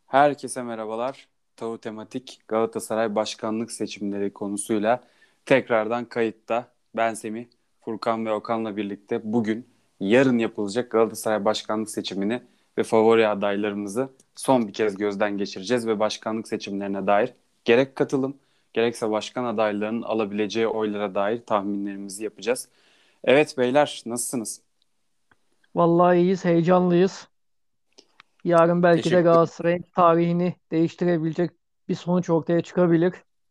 Herkese merhabalar. Tavu Tematik Galatasaray Başkanlık seçimleri konusuyla tekrardan kayıtta. Ben Semih, Furkan ve Okan'la birlikte bugün yarın yapılacak Galatasaray Başkanlık seçimini ve favori adaylarımızı son bir kez gözden geçireceğiz ve başkanlık seçimlerine dair gerek katılım gerekse başkan adaylarının alabileceği oylara dair tahminlerimizi yapacağız. Evet beyler, nasılsınız? Vallahi iyiyiz, heyecanlıyız. Yarın belki de Teşekkür Galatasaray'ın tarihini değiştirebilecek bir sonuç ortaya çıkabilir.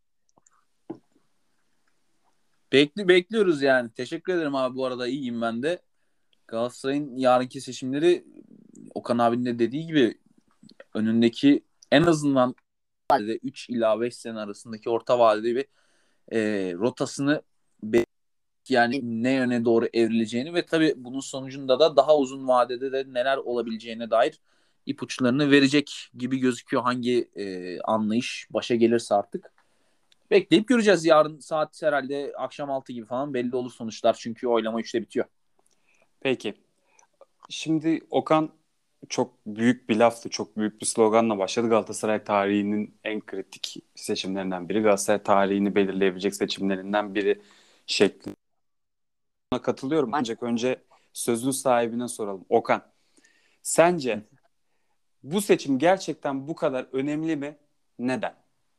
Bekliyoruz yani. Teşekkür ederim abi, bu arada iyiyim ben de. Galatasaray'ın yarınki seçimleri Okan abinin de dediği gibi önündeki en azından vadede 3 ila 5 sene arasındaki orta vadede bir rotasını yani ne yöne doğru evrileceğini ve tabii bunun sonucunda da daha uzun vadede de neler olabileceğine dair ipuçlarını verecek gibi gözüküyor, hangi anlayış başa gelirse artık. Bekleyip göreceğiz. Yarın saat herhalde akşam 6 gibi falan belli olur sonuçlar. Çünkü oylama 3'te bitiyor. Peki. Şimdi Okan çok büyük bir laftı, çok büyük bir sloganla başladı. Galatasaray tarihinin en kritik seçimlerinden biri, Galatasaray tarihini belirleyebilecek seçimlerinden biri şeklinde. Buna katılıyorum. Ancak önce sözün sahibine soralım. Okan, sence bu seçim gerçekten bu kadar önemli mi? Neden?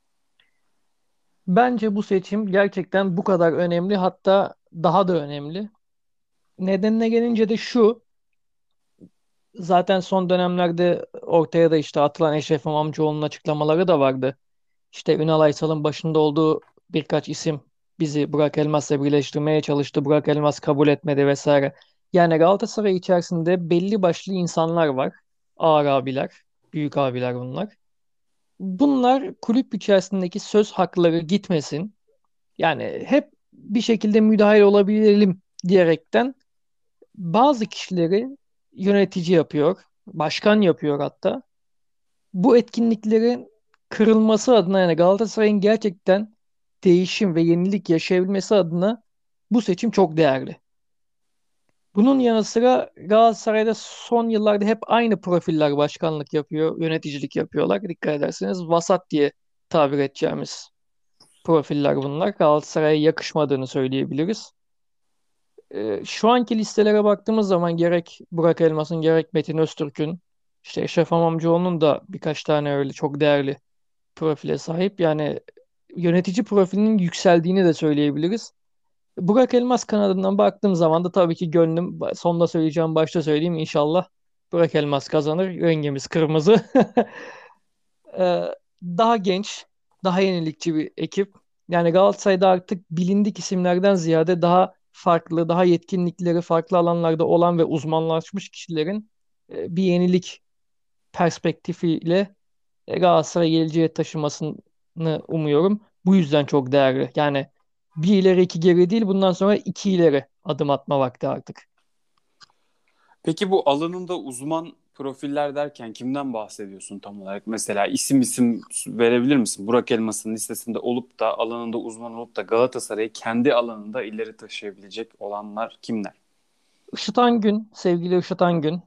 Bence bu seçim gerçekten bu kadar önemli, hatta daha da önemli. Nedenine gelince de şu, zaten son dönemlerde ortaya da işte atılan Eşref İmamoğlu'nun açıklamaları da vardı. İşte Ünal Aysal'ın başında olduğu birkaç isim bizi Burak Elmas'la birleştirmeye çalıştı. Burak Elmas kabul etmedi vesaire. Yani Galatasaray içerisinde belli başlı insanlar var. Ağır abiler, büyük abiler bunlar. Bunlar kulüp içerisindeki söz hakları gitmesin. Yani hep bir şekilde müdahil olabilelim diyerekten bazı kişileri yönetici yapıyor, başkan yapıyor hatta. Bu etkinliklerin kırılması adına, yani Galatasaray'ın gerçekten değişim ve yenilik yaşayabilmesi adına bu seçim çok değerli. Bunun yanı sıra Galatasaray'da son yıllarda hep aynı profiller başkanlık yapıyor, yöneticilik yapıyorlar. Dikkat ederseniz vasat diye tabir edeceğimiz profiller bunlar. Galatasaray'a yakışmadığını söyleyebiliriz. Şu anki listelere baktığımız zaman gerek Burak Elmas'ın gerek Metin Öztürk'ün, işte Eşref Amamcıoğlu'nun da birkaç tane öyle çok değerli profile sahip. Yani yönetici profilinin yükseldiğini de söyleyebiliriz. Burak Elmas kanadından baktığım zaman da tabii ki gönlüm, sonda söyleyeceğim başta söyleyeyim, inşallah Burak Elmas kazanır. Rengimiz kırmızı. Daha genç, daha yenilikçi bir ekip. Yani Galatasaray'da artık bilindik isimlerden ziyade daha farklı, daha yetkinlikleri farklı alanlarda olan ve uzmanlaşmış kişilerin bir yenilik perspektifiyle Galatasaray'a geleceğe taşımasını umuyorum. Bu yüzden çok değerli. Yani bir ileri iki geri değil, bundan sonra iki ileri adım atma vakti artık. Peki bu alanında uzman profiller derken kimden bahsediyorsun tam olarak? Mesela isim verebilir misin? Burak Elmas'ın listesinde olup da alanında uzman olup da Galatasaray'ı kendi alanında ileri taşıyabilecek olanlar kimler? Işıt Angün, sevgili Işıt Angün,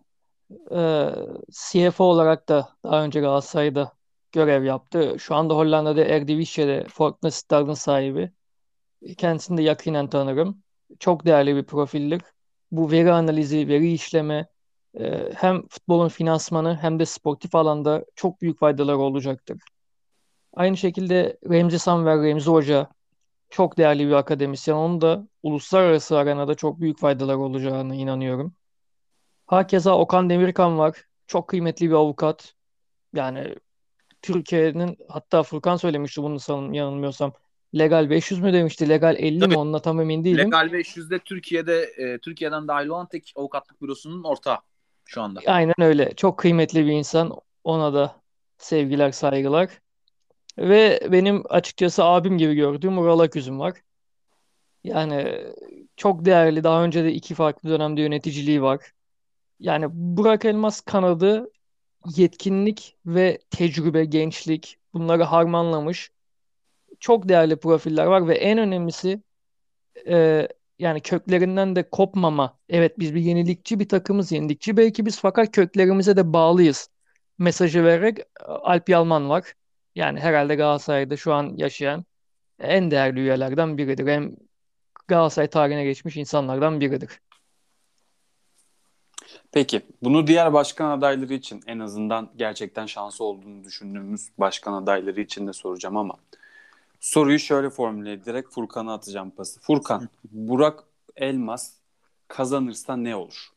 CFO olarak da daha önce Galatasaray'da görev yaptı. Şu anda Hollanda'da Eredivisie'de Fortuna Sittard'ın sahibi. Kendisini de yakinen tanırım. Çok değerli bir profildir. Bu veri analizi, veri işleme hem futbolun finansmanı hem de sportif alanda çok büyük faydaları olacaktır. Aynı şekilde Remzi Samver, Remzi Hoca çok değerli bir akademisyen. Onun da uluslararası arenada çok büyük faydaları olacağına inanıyorum. Hakeza Okan Demirkan var. Çok kıymetli bir avukat. Yani Türkiye'nin, hatta Furkan söylemişti bunu sanırım yanılmıyorsam. Legal 500 mü demişti? Legal 50 mi? Tabii Onunla tam emin değilim. Legal 500'de Türkiye'den dahil olan tek avukatlık bürosunun ortağı şu anda. Aynen öyle. Çok kıymetli bir insan. Ona da sevgiler, saygılar. Ve benim açıkçası abim gibi gördüğüm Ural Aküz'üm var. Yani çok değerli. Daha önce de iki farklı dönemde yöneticiliği var. Yani Burak Elmas kanadı yetkinlik ve tecrübe, gençlik bunları harmanlamış. Çok değerli profiller var ve en önemlisi e, yani köklerinden de kopmama. Evet, biz bir yenilikçi bir takımız, yenilikçi belki biz, fakat köklerimize de bağlıyız mesajı vererek Alp Yalman var. Yani herhalde Galatasaray'da şu an yaşayan en değerli üyelerden biridir. Hem Galatasaray tarihine geçmiş insanlardan biridir. Peki bunu diğer başkan adayları için, en azından gerçekten şansı olduğunu düşündüğümüz başkan adayları için de soracağım ama soruyu şöyle formüle ederek Furkan'a atacağım pası. Furkan, Burak Elmas kazanırsa ne olur?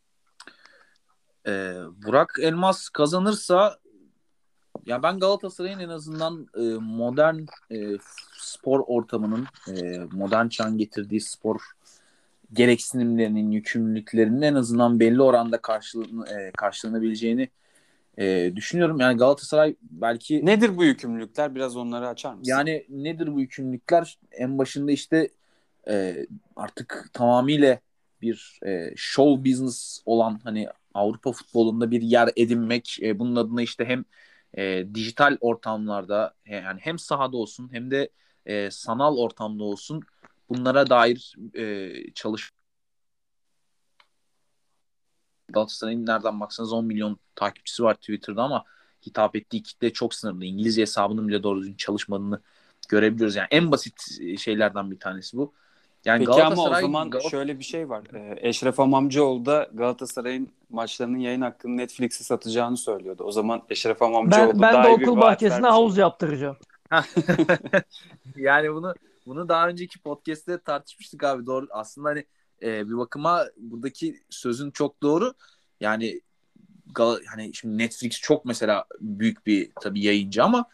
Burak Elmas kazanırsa ya ben Galatasaray'ın en azından modern spor ortamının modern çağın getirdiği spor gereksinimlerinin, yükümlülüklerinin en azından belli oranda karşılanabileceğini düşünüyorum. Yani Galatasaray belki Nedir bu yükümlülükler? Biraz onları açar mısın? yani nedir bu yükümlülükler? En başında işte artık tamamıyla bir show business olan hani Avrupa futbolunda bir yer edinmek. Bunun adına işte hem dijital ortamlarda yani hem sahada olsun hem de sanal ortamda olsun bunlara dair çalış Galatasaray'ın nereden baksanız 10 milyon takipçisi var Twitter'da ama hitap ettiği kitle çok sınırlı. İngilizce hesabının bile doğru düzgün çalışmadığını görebiliyoruz. Yani en basit şeylerden bir tanesi bu. Yani Peki ama o Galatasaray zaman şöyle bir şey var. Eşref Amamcıoğlu da Galatasaray'ın maçlarının yayın hakkını Netflix'e satacağını söylüyordu. O zaman Eşref Amamcıoğlu Ben de dair bir okul vaat bahçesine vermiş havuz oldu. yaptıracağım. yani bunu daha önceki podcast'te tartışmıştık abi. Doğru. Aslında hani bir bakıma buradaki sözün çok doğru. Yani hani şimdi Netflix çok mesela büyük bir tabii yayıncı ama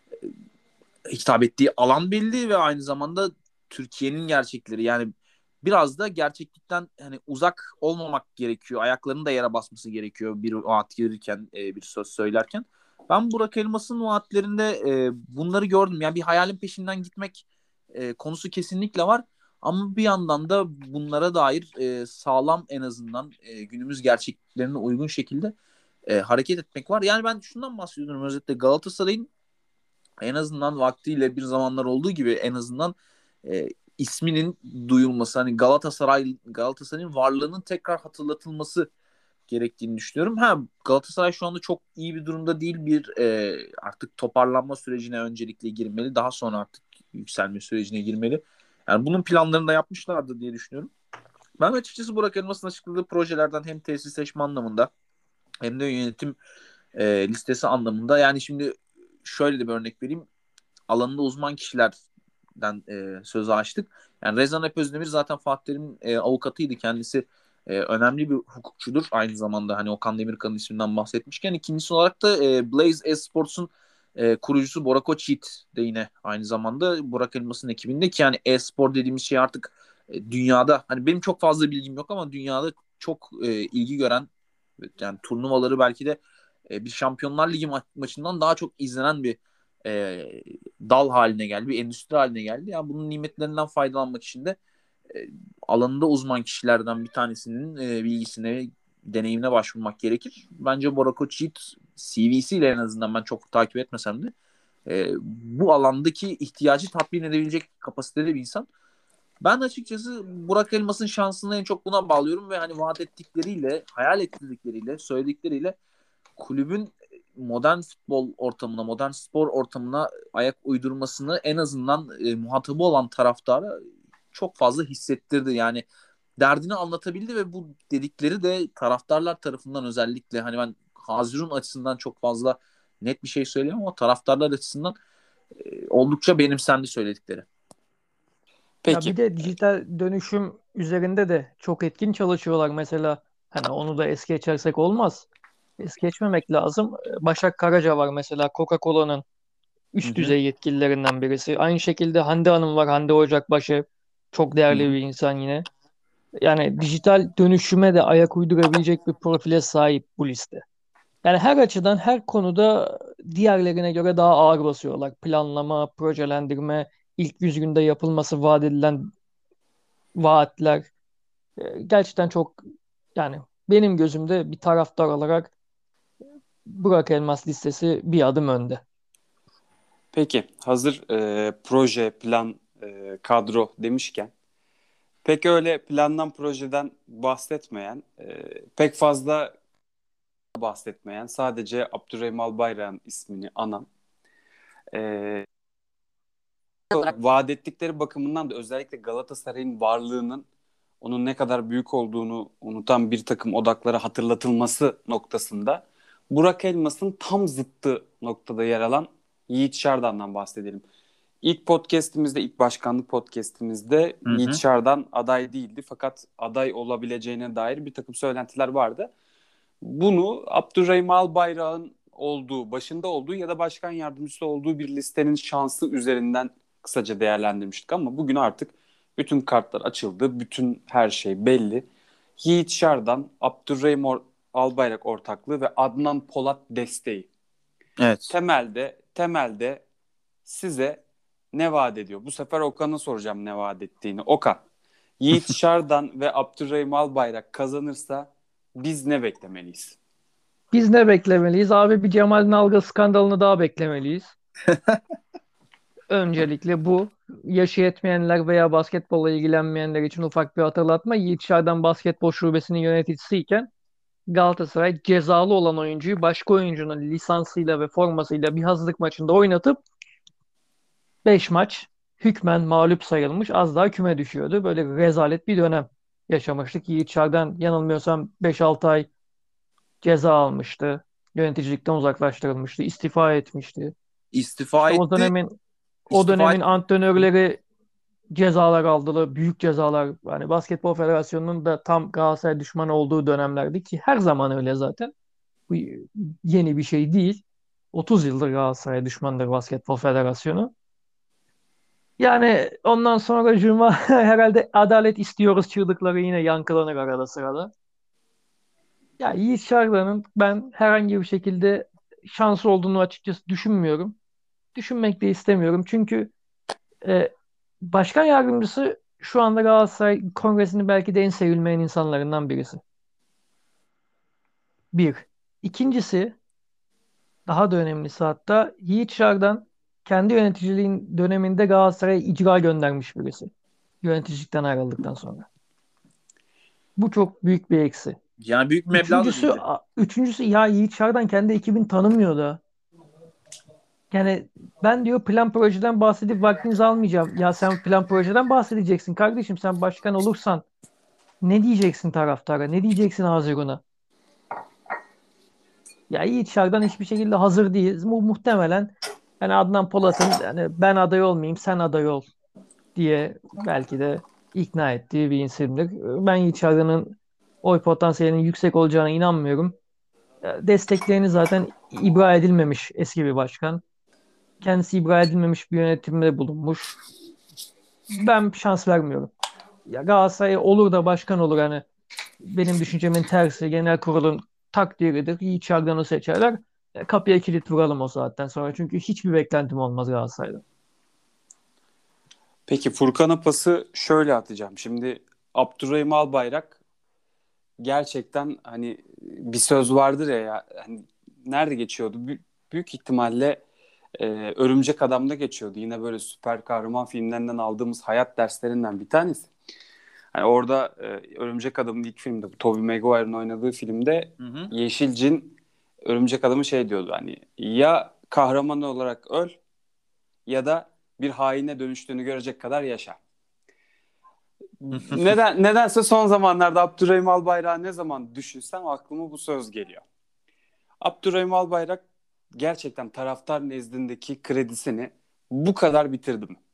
hitap ettiği alan belli ve aynı zamanda Türkiye'nin gerçekleri. Yani biraz da gerçeklikten hani uzak olmamak gerekiyor. Ayaklarının da yere basması gerekiyor bir vaat verirken, bir söz söylerken. Ben Burak Elmas'ın vaatlerinde bunları gördüm. Yani bir hayalin peşinden gitmek konusu kesinlikle var. Ama bir yandan da bunlara dair sağlam en azından günümüz gerçekliklerine uygun şekilde hareket etmek var. Yani ben şundan bahsediyorum özetle Galatasaray'ın en azından vaktiyle bir zamanlar olduğu gibi en azından e, isminin duyulması hani Galatasaray'ın varlığının tekrar hatırlatılması gerektiğini düşünüyorum. Galatasaray şu anda çok iyi bir durumda değil bir artık toparlanma sürecine öncelikle girmeli. Daha sonra artık yükselme sürecine girmeli. Yani bunun planlarını da yapmışlardı diye düşünüyorum. Ben açıkçası Burak Elmas'ın açıkladığı projelerden hem tesisleşme anlamında hem de yönetim listesi anlamında yani şimdi şöyle de bir örnek vereyim alanında uzman kişilerden sözü açtık. Yani Rezan Özdemir zaten Fatih Terim'in avukatıydı. Kendisi önemli bir hukukçudur. Aynı zamanda hani Okan Demirkan'ın isminden bahsetmişken ikincisi olarak da Blaze Esports'un kurucusu Bora Koçyiğit de yine aynı zamanda Burak Elmas'ın ekibinde ki yani e-spor dediğimiz şey artık dünyada hani benim çok fazla bilgim yok ama dünyada çok ilgi gören yani turnuvaları belki de bir Şampiyonlar Ligi maçından daha çok izlenen bir e, dal haline geldi, bir endüstri haline geldi. Yani bunun nimetlerinden faydalanmak için de e, alanında uzman kişilerden bir tanesinin bilgisine, deneyimine başvurmak gerekir. Bence Bora Koçyiğit CV'siyle en azından ben çok takip etmesem de bu alandaki ihtiyacı tatmin edebilecek kapasitede bir insan. Ben açıkçası Burak Elmas'ın şansını en çok buna bağlıyorum ve hani vaat ettikleriyle, hayal ettirdikleriyle, söyledikleriyle kulübün modern futbol ortamına, modern spor ortamına ayak uydurmasını en azından muhatabı olan taraftara çok fazla hissettirdi. Yani derdini anlatabildi ve bu dedikleri de taraftarlar tarafından özellikle hani ben Hazirun açısından çok fazla net bir şey söyleyemem ama taraftarlar açısından oldukça benimsendi söyledikleri. Ya Peki. bir de dijital dönüşüm üzerinde de çok etkin çalışıyorlar. Mesela hani onu da es geçersek olmaz. Es geçmemek lazım. Başak Karaca var mesela Coca-Cola'nın Hı üst hı. düzey yetkililerinden birisi. Aynı şekilde Hande Hanım var. Hande Ocakbaşı çok Hı değerli hı. bir insan yine. Yani dijital dönüşüme de ayak uydurabilecek bir profile sahip bu liste. Yani her açıdan, her konuda diğerlerine göre daha ağır basıyorlar. Planlama, projelendirme, ilk 100 günde yapılması vaat edilen vaatler. Gerçekten çok yani benim gözümde bir taraftar olarak Burak Elmas listesi bir adım önde. Peki hazır proje, plan, kadro demişken pek öyle plandan projeden bahsetmeyen pek fazla bahsetmeyen, sadece Abdurrahim Albayrak'ın ismini anan, e, olarak vaat ettikleri bakımından da özellikle Galatasaray'ın varlığının onun ne kadar büyük olduğunu unutan bir takım odaklara hatırlatılması noktasında Burak Elmas'ın tam zıttı noktada yer alan Yiğit Şardan'dan bahsedelim. İlk podcast'imizde, ilk başkanlık podcast'imizde Hı Yiğit hı. Şardan aday değildi. Fakat aday olabileceğine dair bir takım söylentiler vardı. Bunu Abdurrahim Albayrak'ın başında olduğu ya da başkan yardımcısı olduğu bir listenin şansı üzerinden kısaca değerlendirmiştik. Ama bugün artık bütün kartlar açıldı. Bütün her şey belli. Yiğit Şardan, Albayrak ortaklığı ve Adnan Polat desteği. Evet. Temelde size ne vaat ediyor? Bu sefer Okan'a soracağım ne vaat ettiğini. Okan, Yiğit Şardan ve Abdurrahim Albayrak kazanırsa biz ne beklemeliyiz? Biz ne beklemeliyiz? Abi bir Cemal Nalga skandalını daha beklemeliyiz. Öncelikle bu. Yaşı yetmeyenler veya basketbolla ilgilenmeyenler için ufak bir hatırlatma. Yiğit Şardan basketbol şubesinin yöneticisiyken Galatasaray cezalı olan oyuncuyu başka oyuncunun lisansıyla ve formasıyla bir hazırlık maçında oynatıp 5 maç hükmen mağlup sayılmış, az daha küme düşüyordu. Böyle rezalet bir dönem yaşamıştık. Yiğit Şardan yanılmıyorsam 5-6 ay ceza almıştı. Yöneticilikten uzaklaştırılmıştı. İstifa etmişti. İstifa İşte o etti. dönemin o İstifa dönemin etti. antrenörleri cezalar aldılar. Büyük cezalar. Yani Basketbol Federasyonu'nun da tam Galatasaray düşmanı olduğu dönemlerdi ki her zaman öyle zaten. Bu yeni bir şey değil. 30 yıldır Galatasaray düşmanıdır Basketbol Federasyonu. Yani ondan sonra Cuma herhalde adalet istiyoruz çığlıkları yine yankılanır arada sırada. Ya Yiğit Şardan'ın ben herhangi bir şekilde şansı olduğunu açıkçası düşünmüyorum. Düşünmek de istemiyorum. Çünkü e, başkan yardımcısı şu anda Galatasaray Kongresi'nin belki de en sevilmeyen insanlarından birisi. Bir. İkincisi, daha da önemlisi hatta, Yiğit Şardan kendi yöneticiliğin döneminde Galatasaray'a icra göndermiş birisi. Yöneticilikten ayrıldıktan sonra. Bu çok büyük bir eksi. Yani büyük bir meblağ da Üçüncüsü, değildi. üçüncüsü ya Yiğit Şardan kendi ekibini tanımıyor da. Yani ben diyor plan projeden bahsedip vaktinizi almayacağım. Ya sen plan projeden bahsedeceksin kardeşim. Sen başkan olursan ne diyeceksin taraftara? Ne diyeceksin Hazirun'a? Ya Yiğit Şardan hiçbir şekilde hazır değil. Muhtemelen yani Adnan Polat'ın yani ben aday olmayayım sen aday ol diye belki de ikna ettiği bir isimdir. Ben Yiğit Şardan'ın oy potansiyelinin yüksek olacağına inanmıyorum. Desteklerini zaten ibra edilmemiş eski bir başkan. Kendisi ibra edilmemiş bir yönetimde bulunmuş. Ben şans vermiyorum. Ya Galatasaray olur da başkan olur hani benim düşüncemin tersi genel kurulun takdiridir. Yiğit Çağlayan'ı seçerler. Kapıya kilit vuralım o saatten sonra. Çünkü hiçbir beklentim olmaz Galatasaray'dan. Peki Furkan'a pası şöyle atacağım. Şimdi Abdurrahim Albayrak gerçekten hani bir söz vardır ya, hani nerede geçiyordu? Büyük ihtimalle Örümcek Adam'da geçiyordu. Yine böyle süper kahraman filmlerinden aldığımız hayat derslerinden bir tanesi. Hani orada Örümcek Adam'ın ilk filmde, bu Tobey Maguire'ın oynadığı filmde Hı hı. Yeşilcin Örümcek Adam'ı şey diyordu, hani ya kahraman olarak öl ya da bir haine dönüştüğünü görecek kadar yaşa. Nedense son zamanlarda Abdurrahim Albayrak'ı ne zaman düşünsem aklıma bu söz geliyor. Abdurrahim Albayrak gerçekten taraftar nezdindeki kredisini bu kadar bitirdi mi?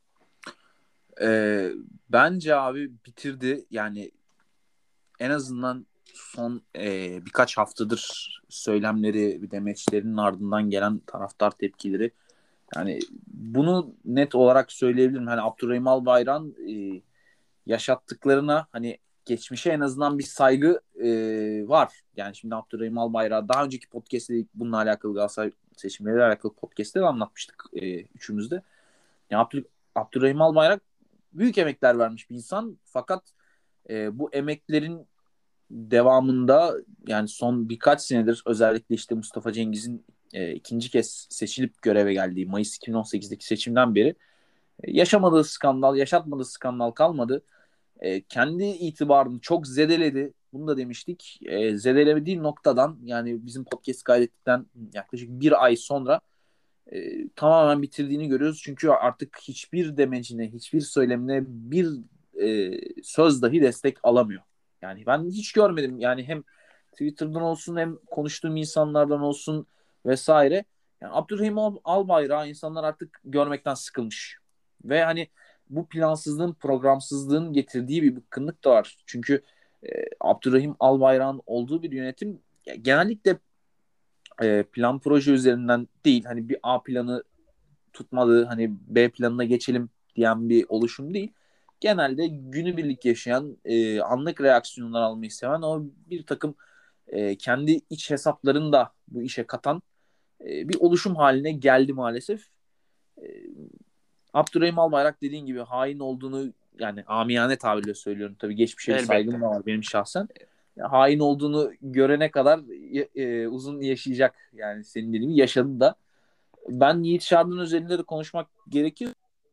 Ee, Bence abi bitirdi. Yani en azından son birkaç haftadır söylemleri bir demeçlerinin ardından gelen taraftar tepkileri. Yani bunu net olarak söyleyebilirim. Hani Abdurrahim Albayrak'ın yaşattıklarına hani geçmişe en azından bir saygı var. Yani şimdi Abdurrahim Albayrak daha önceki podcast'te bununla alakalı Galatasaray seçimleriyle alakalı podcast'te de anlatmıştık üçümüz de. Yani Abdurrahim Albayrak büyük emekler vermiş bir insan. Fakat bu emeklerin devamında yani son birkaç senedir özellikle işte Mustafa Cengiz'in ikinci kez seçilip göreve geldiği Mayıs 2018'deki seçimden beri yaşatmadığı skandal kalmadı. kendi itibarını çok zedeledi. Bunu da demiştik. Zedelemediği noktadan, yani bizim podcast kaydettikten yaklaşık bir ay sonra tamamen bitirdiğini görüyoruz. Çünkü artık hiçbir demecine, hiçbir söylemine bir söz dahi destek alamıyor. Yani ben hiç görmedim. Yani hem Twitter'dan olsun, hem konuştuğum insanlardan olsun vesaire. Yani Abdurrahim Albayrak'ı insanlar artık görmekten sıkılmış. Ve hani bu plansızlığın, programsızlığın getirdiği bir bıkkınlık da var. Çünkü Abdurrahim Albayrak'ın olduğu bir yönetim genellikle plan proje üzerinden değil, hani bir A planı tutmadığı, hani B planına geçelim diyen bir oluşum değil. Genelde günübirlik yaşayan, anlık reaksiyonlar almayı seven, o bir takım kendi iç hesaplarını da bu işe katan bir oluşum haline geldi maalesef. E, Abdurrahim Albayrak dediğin gibi hain olduğunu, yani amiyane tabirle söylüyorum. Tabii geçmişe bir saygım Elbette. da var benim şahsen. Ya, hain olduğunu görene kadar uzun yaşayacak. Yani senin dediğin gibi yaşadı da. Ben Yiğit Şardı'nın özelinde de konuşmak gerekir.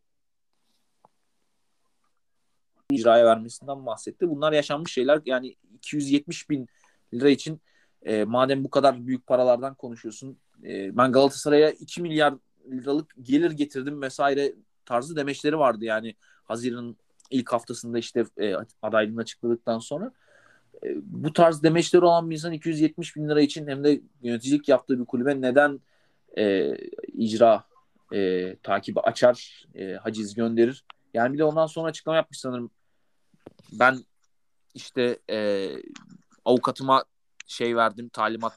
İcraya vermesinden bahsetti. Bunlar yaşanmış şeyler. Yani 270 bin lira için madem bu kadar büyük paralardan konuşuyorsun, ben Galatasaray'a 2 milyar liralık gelir getirdim vesaire tarzı demeçleri vardı. Yani Haziran'ın ilk haftasında işte adaylığını açıkladıktan sonra. Bu tarz demeçleri olan bir insan 270 bin lira için, hem de yöneticilik yaptığı bir kulübe neden icra takibi açar, haciz gönderir? Yani bir de ondan sonra açıklama yapmış sanırım. Ben işte avukatıma şey verdim, talimat.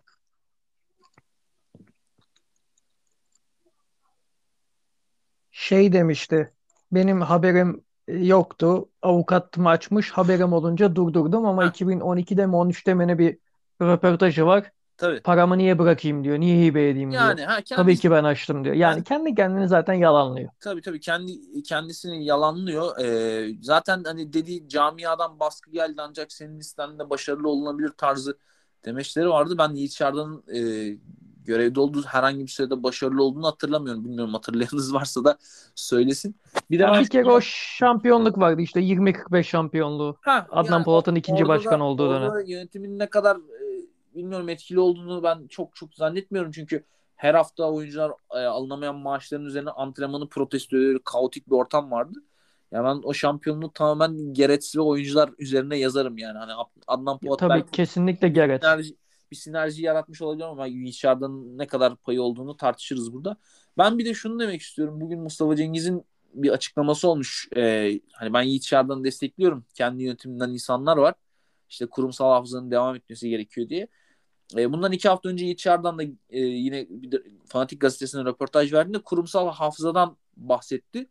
Şey demişti. Benim haberim yoktu. Avukatım açmış. Haberim olunca durdurdum ama Ha, 2012'de mi 13'te mi ne bir röportajı var. tabii. Paramı niye bırakayım diyor. Niye hibe edeyim diyor. Yani Tabii kendisi, ki ben açtım diyor. Yani kendi kendini zaten yalanlıyor. tabii kendisini yalanlıyor. Zaten hani dediği camiadan baskı geldi ancak senin listende başarılı olunabilir tarzı demeçleri vardı. Ben Yiğit Çağrı'nın görevde olduğu herhangi bir sürede başarılı olduğunu hatırlamıyorum. Bilmiyorum, hatırlayanınız varsa da söylesin. Bir de Ya ben bir kere o şampiyonluk vardı işte 20-45 şampiyonluğu. Adnan yani Polat'ın ikinci başkan olduğu dönem. orada yönetimin ne kadar bilmiyorum etkili olduğunu ben çok zannetmiyorum. Çünkü her hafta oyuncular alınamayan maaşların üzerine antrenmanı protesto ediyor. Kaotik bir ortam vardı. Ya ben o şampiyonluğu tamamen Geretz ve oyuncular üzerine yazarım yani. Hani Adnan Ya, Polat tabii belki kesinlikle Gerrits. bir sinerji yaratmış olabilir ama Yuşarda'nın ne kadar payı olduğunu tartışırız burada. Ben bir de şunu demek istiyorum. Bugün Mustafa Cengiz'in bir açıklaması olmuş. Hani ben Yiğit Şardan'ı destekliyorum. Kendi yönetiminden insanlar var. İşte kurumsal hafızanın devam etmesi gerekiyor diye. Bundan 2 hafta önce Yiğit Şardan da yine Fanatik Gazetesi'ne röportaj verdiğinde kurumsal hafızadan bahsetti.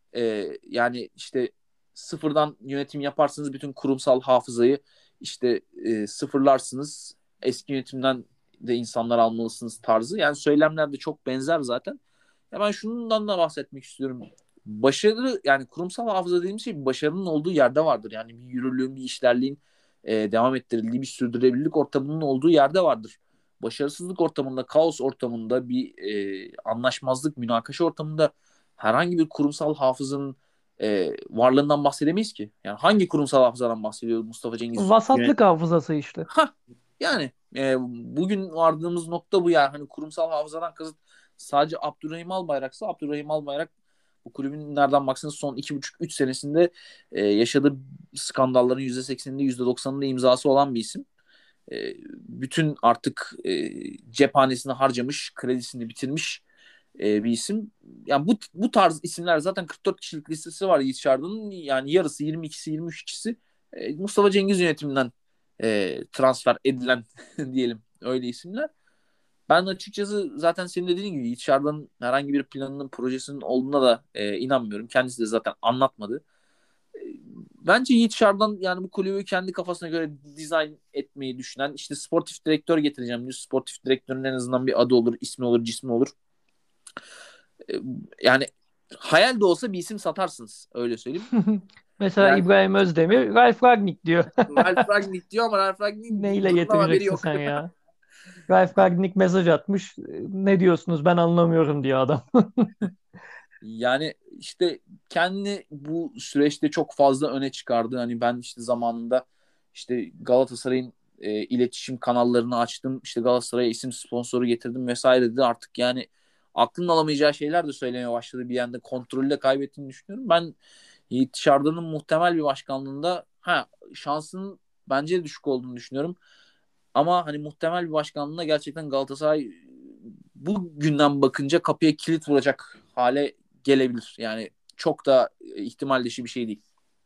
Yani işte sıfırdan yönetim yaparsınız, bütün kurumsal hafızayı işte sıfırlarsınız. Eski yönetimden de insanlar almalısınız tarzı. Yani söylemler de çok benzer zaten. Ya ben şundan da bahsetmek istiyorum. Başarı, yani kurumsal hafıza dediğimiz şey başarının olduğu yerde vardır. Yani bir yürürlüğün, bir işlerliğin devam ettirildiği, bir sürdürülebilirlik ortamının olduğu yerde vardır. Başarısızlık ortamında, kaos ortamında, bir anlaşmazlık, münakaşa ortamında herhangi bir kurumsal hafızanın varlığından bahsedemeyiz ki. Yani hangi kurumsal hafızadan bahsediyor Mustafa Cengiz? Vasatlık hafızası işte. Ha, yani bugün vardığımız nokta bu yani. Hani kurumsal hafızadan kasıt sadece Abdurrahim Albayrak'sa, Abdurrahim Albayrak bu kulübün nereden baksanız son 2,5-3 senesinde yaşadığı skandalların %80'inde %90'ında imzası olan bir isim. Bütün artık cephanesini harcamış, kredisini bitirmiş bir isim. Yani bu tarz isimler, zaten 44 kişilik listesi var Yiğit Şarda'nın. Yani yarısı, 22'si 23 kişisi Mustafa Cengiz yönetiminden transfer edilen diyelim öyle isimler. Ben açıkçası zaten senin dediğin gibi Yiğit Şarda'nın herhangi bir planının, projesinin olduğuna da inanmıyorum. Kendisi de zaten anlatmadı. E, Bence Yiğit Şardan yani bu kulübü kendi kafasına göre dizayn etmeyi düşünen, işte sportif direktör getireceğim diyor. Sportif direktörün en azından bir adı olur, ismi olur, cismi olur. E, Yani hayal de olsa bir isim satarsınız. Öyle söyleyeyim. Mesela Yani İbrahim Özdemir, Ralf Rangnick diyor. Ralf Rangnick diyor ama Ralf Rangnick'in Neyle bundan haberi getireceksin yok. sen ya? Ralf Rangnick mesaj atmış. Ne diyorsunuz ben anlamıyorum diyor adam. Yani işte kendi bu süreçte çok fazla öne çıkardı. Hani ben işte zamanında işte Galatasaray'ın iletişim kanallarını açtım. İşte Galatasaray'a isim sponsoru getirdim vesaire dedi. Artık yani aklın alamayacağı şeyler de söylemeye başladı. Bir yanda kontrolü de kaybettiğini düşünüyorum. Ben Yiğit Dışarıdan'ın muhtemel bir başkanlığında şansının bence düşük olduğunu düşünüyorum. Ama hani muhtemel bir başkanlığında gerçekten Galatasaray bu günden bakınca kapıya kilit vuracak hale gelebilir. Yani çok da ihtimal dışı bir şey değil.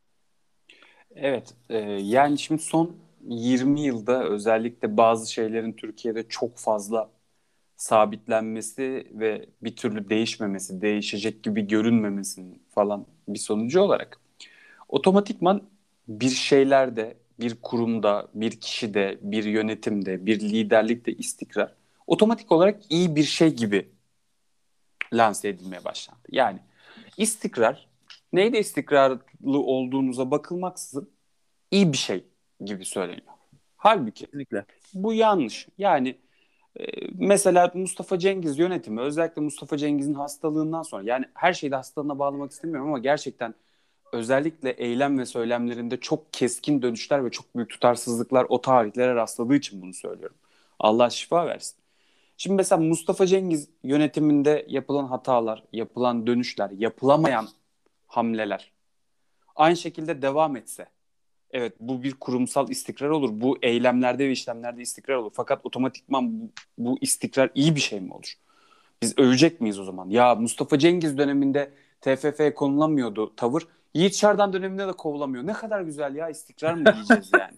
Evet, yani şimdi son 20 yılda özellikle bazı şeylerin Türkiye'de çok fazla sabitlenmesi ve bir türlü değişmemesi, değişecek gibi görünmemesinin falan bir sonucu olarak otomatikman bir şeylerde, bir kurumda, bir kişide, bir yönetimde, bir liderlikte istikrar otomatik olarak iyi bir şey gibi lanse edilmeye başlandı. Yani istikrar, neyde istikrarlı olduğunuza bakılmaksızın iyi bir şey gibi söyleniyor. Halbuki Kesinlikle. bu yanlış. Yani mesela Mustafa Cengiz yönetimi, özellikle Mustafa Cengiz'in hastalığından sonra, yani her şeyi de hastalığına bağlamak istemiyorum ama gerçekten özellikle eylem ve söylemlerinde çok keskin dönüşler ve çok büyük tutarsızlıklar o tarihlere rastladığı için bunu söylüyorum. Allah şifa versin. Şimdi mesela Mustafa Cengiz yönetiminde yapılan hatalar, yapılan dönüşler, yapılamayan hamleler aynı şekilde devam etse, evet, bu bir kurumsal istikrar olur. Bu eylemlerde ve işlemlerde istikrar olur. Fakat otomatikman bu istikrar iyi bir şey mi olur? Biz övecek miyiz o zaman? Ya Mustafa Cengiz döneminde TFF'ye konulamıyordu tavır. Yiğit Çardan döneminde de kovulamıyor. Ne kadar güzel ya, istikrar mı diyeceğiz yani?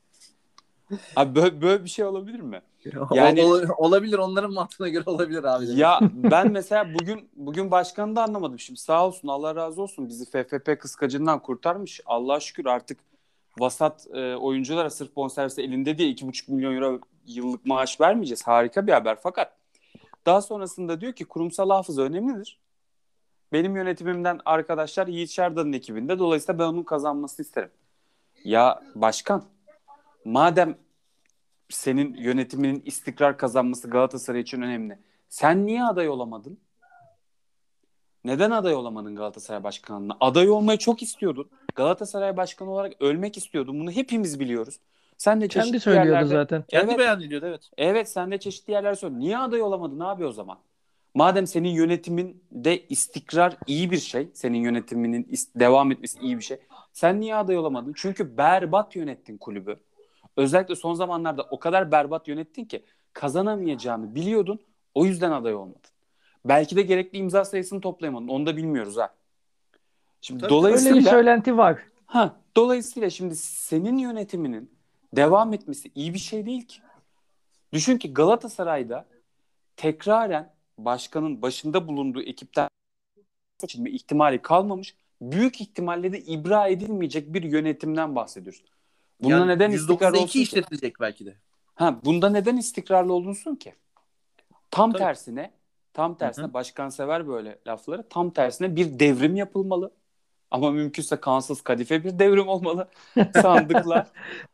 Abi böyle bir şey olabilir mi? Yani Olabilir, onların mantığına göre olabilir abi demek ya ki. ben mesela bugün başkanı da anlamadım. Şimdi sağ olsun, Allah razı olsun, bizi FFP kıskacından kurtarmış. Allah'a şükür artık vasat oyunculara sırf bonservisi elinde diye 2,5 milyon euro yıllık maaş vermeyeceğiz. Harika bir haber. Fakat daha sonrasında diyor ki kurumsal hafıza önemlidir. Benim yönetimimden arkadaşlar Yiğit Şardan'ın ekibinde. Dolayısıyla ben onun kazanmasını isterim. Ya başkan, madem senin yönetiminin istikrar kazanması Galatasaray için önemli, sen niye aday olamadın? Neden aday olamadın Galatasaray başkanlığına? Aday olmayı çok istiyordun. Galatasaray başkanı olarak ölmek istiyordun. Bunu hepimiz biliyoruz. Sen de Kendi çeşitli söylüyordu yerlerde, zaten. Kendi evet, beyan ediyordu, evet. evet, sen de çeşitli yerler söyle. Niye aday olamadın abi o zaman? Madem senin yönetiminde istikrar iyi bir şey, senin yönetiminin devam etmesi iyi bir şey. Sen niye aday olamadın? Çünkü berbat yönettin kulübü. Özellikle son zamanlarda o kadar berbat yönettin ki kazanamayacağını biliyordun. O yüzden aday olmadın. Belki de gerekli imza sayısını toplayamadın. Onu da bilmiyoruz ha. Şimdi Tabii tabii. Öyle bir dolayısıyla söylenti var. dolayısıyla şimdi senin yönetiminin devam etmesi iyi bir şey değil ki. Düşün ki Galatasaray'da tekraren başkanın başında bulunduğu ekipten seçilme ihtimali kalmamış. Büyük ihtimalle de ibra edilmeyecek bir yönetimden bahsediyoruz. Bunda Yani neden istikrar %9'da 2 olsun ki? işletilecek belki de. Bunda neden istikrarlı olunsun ki? Tam Tabii. tersine, tam Hı hı. tersine başkan sever böyle lafları. Tam tersine bir devrim yapılmalı. Ama mümkünse kansız kadife bir devrim olmalı. Sandıkla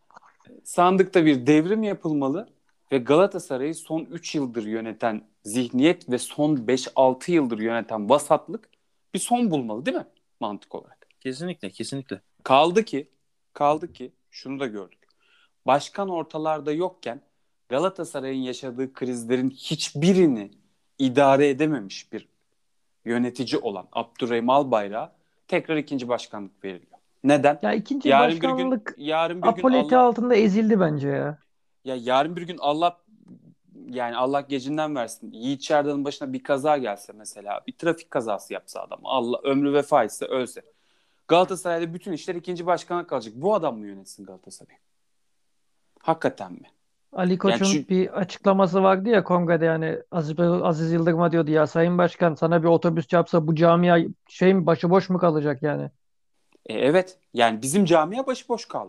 sandıkta bir devrim yapılmalı ve Galatasaray'ı son 3 yıldır yöneten zihniyet ve son 5-6 yıldır yöneten vasatlık bir son bulmalı, değil mi? Mantık olarak. Kesinlikle, kesinlikle. Kaldı ki şunu da gördük. Başkan ortalarda yokken Galatasaray'ın yaşadığı krizlerin hiçbirini idare edememiş bir yönetici olan Abdurrahim Albayrak'a tekrar ikinci başkanlık veriliyor. Neden? Ya ikinci Yarın bir gün başkanlık yarın bir gün apoleti Allah altında ezildi bence ya. yarın bir gün Allah, yani Allah gecinden versin, Yiğit Çerdan'ın başına bir kaza gelse, mesela bir trafik kazası yapsa adam, Allah ömrü vefa etse, ölse, Galatasaray'da bütün işler ikinci başkana kalacak. Bu adam mı yönetsin Galatasaray'ı? Hakikaten mi? Ali Yani Koç'un bir açıklaması vardı ya kongrede, yani Aziz Yıldırım'a diyordu ya Sayın Başkan, sana bir otobüs çarpsa bu camia şey mi, başıboş mu kalacak yani? evet, yani bizim camia başıboş kaldı.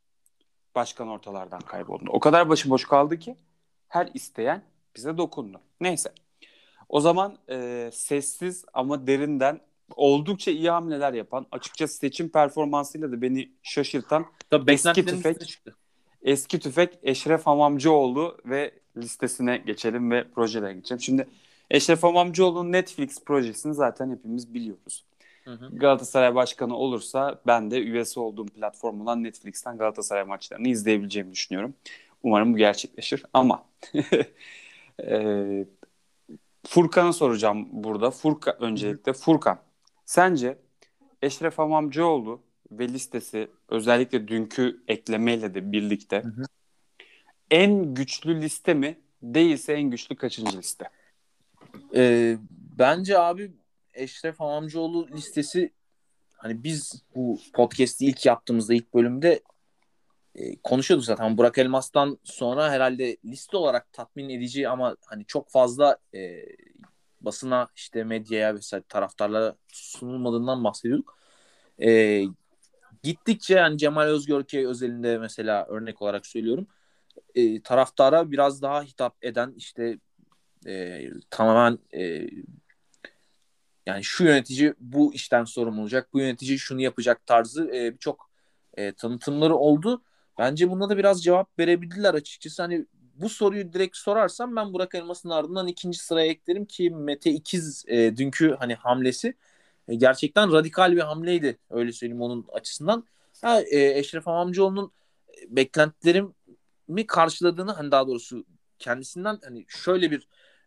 Başkan ortalardan kayboldu. O kadar başıboş kaldı ki her isteyen bize dokundu. Neyse. O zaman sessiz ama derinden oldukça iyi hamleler yapan, açıkçası seçim performansıyla da beni şaşırtan Tabii eski beklentilerin üstüne tüfek çıktı. Eşref Hamamcıoğlu ve listesine geçelim ve projelere geçelim. Şimdi Eşref Amamcıoğlu'nun Netflix projesini zaten hepimiz biliyoruz. Hı hı. Galatasaray Başkanı olursa ben de üyesi olduğum platform olan Netflix'ten Galatasaray maçlarını izleyebileceğimi düşünüyorum. Umarım bu gerçekleşir ama e, Furkan'a soracağım burada. Öncelikle Furkan, sence Eşref Amamcıoğlu ve listesi özellikle dünkü eklemeyle de birlikte Hı hı. en güçlü liste mi? Değilse en güçlü kaçıncı liste? Bence abi Eşref Hamamcıoğlu listesi, hani biz bu podcast'i ilk yaptığımızda, ilk bölümde konuşuyorduk zaten. Burak Elmas'tan sonra herhalde liste olarak tatmin edici ama hani çok fazla basına, işte medyaya vesaire taraftarlara sunulmadığından bahsediyorduk. E, Gittikçe yani Cemal Özgörk'e özelinde mesela örnek olarak söylüyorum. Taraftara biraz daha hitap eden, işte tamamen yani şu yönetici bu işten sorumlu olacak, bu yönetici şunu yapacak tarzı birçok tanıtımları oldu. Bence buna da biraz cevap verebildiler açıkçası. Hani bu soruyu direkt sorarsam ben Burak Elmas'ın ardından ikinci sıraya eklerim ki Mete İkiz dünkü hani hamlesi gerçekten radikal bir hamleydi. Öyle söyleyeyim onun açısından. Eşref Hamamcıoğlu'nun beklentilerimi karşıladığını, hani daha doğrusu kendisinden hani şöyle bir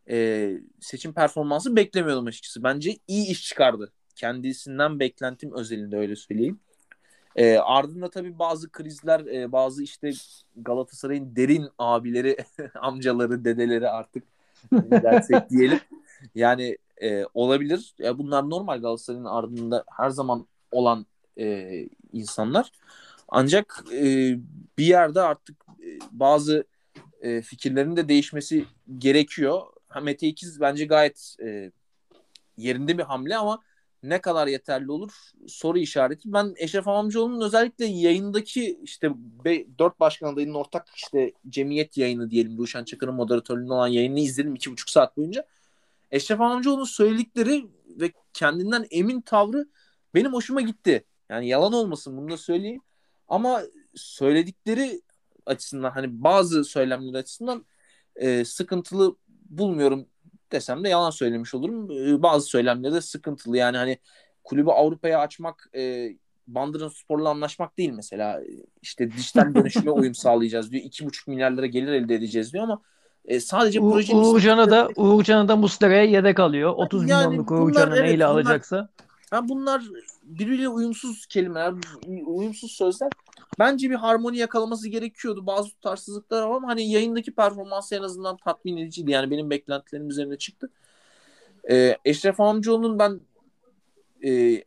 seçim performansı beklemiyordum açıkçası. Bence iyi iş çıkardı. Kendisinden beklentim özelinde, öyle söyleyeyim. Ardında tabii bazı krizler, bazı işte Galatasaray'ın derin abileri, amcaları, dedeleri artık ne dersek diyelim. Yani olabilir. Bunlar normal, Galatasaray'ın ardında her zaman olan insanlar. Ancak bir yerde artık bazı fikirlerin de değişmesi gerekiyor. Mete İkiz bence gayet yerinde bir hamle ama ne kadar yeterli olur soru işareti. Ben Eşref Amamcıoğlu'nun özellikle yayındaki işte 4 başkan adayının ortak işte cemiyet yayını diyelim, Ruşen Çakır'ın moderatörlüğünde olan yayını izledim 2,5 saat boyunca. Eşref Amamcıoğlu'nun söyledikleri ve kendinden emin tavrı benim hoşuma gitti. Yani yalan olmasın, bunu da söyleyeyim. Ama söyledikleri açısından, hani bazı söylemler açısından sıkıntılı bulmuyorum desem de yalan söylemiş olurum. Bazı söylemleri de sıkıntılı. Yani hani kulübü Avrupa'ya açmak, Bandırmaspor'la anlaşmak değil mesela. İşte dijital dönüşüme uyum sağlayacağız diyor. 2,5 milyar lira gelir elde edeceğiz diyor ama sadece projenin Uğurcan'ı da Muslera'ya yedek alıyor. 30 yani milyonluk bunlar, Uğurcan'ı evet, neyle bunlar alacaksa. bunlar birbiriyle uyumsuz kelimeler, uyumsuz sözler. Bence bir harmoni yakalaması gerekiyordu. Bazı tutarsızlıklar var ama hani yayındaki performansı en azından tatmin ediciydi. Yani benim beklentilerim üzerine çıktı. Eşref Amcaoğlu'nun ben e,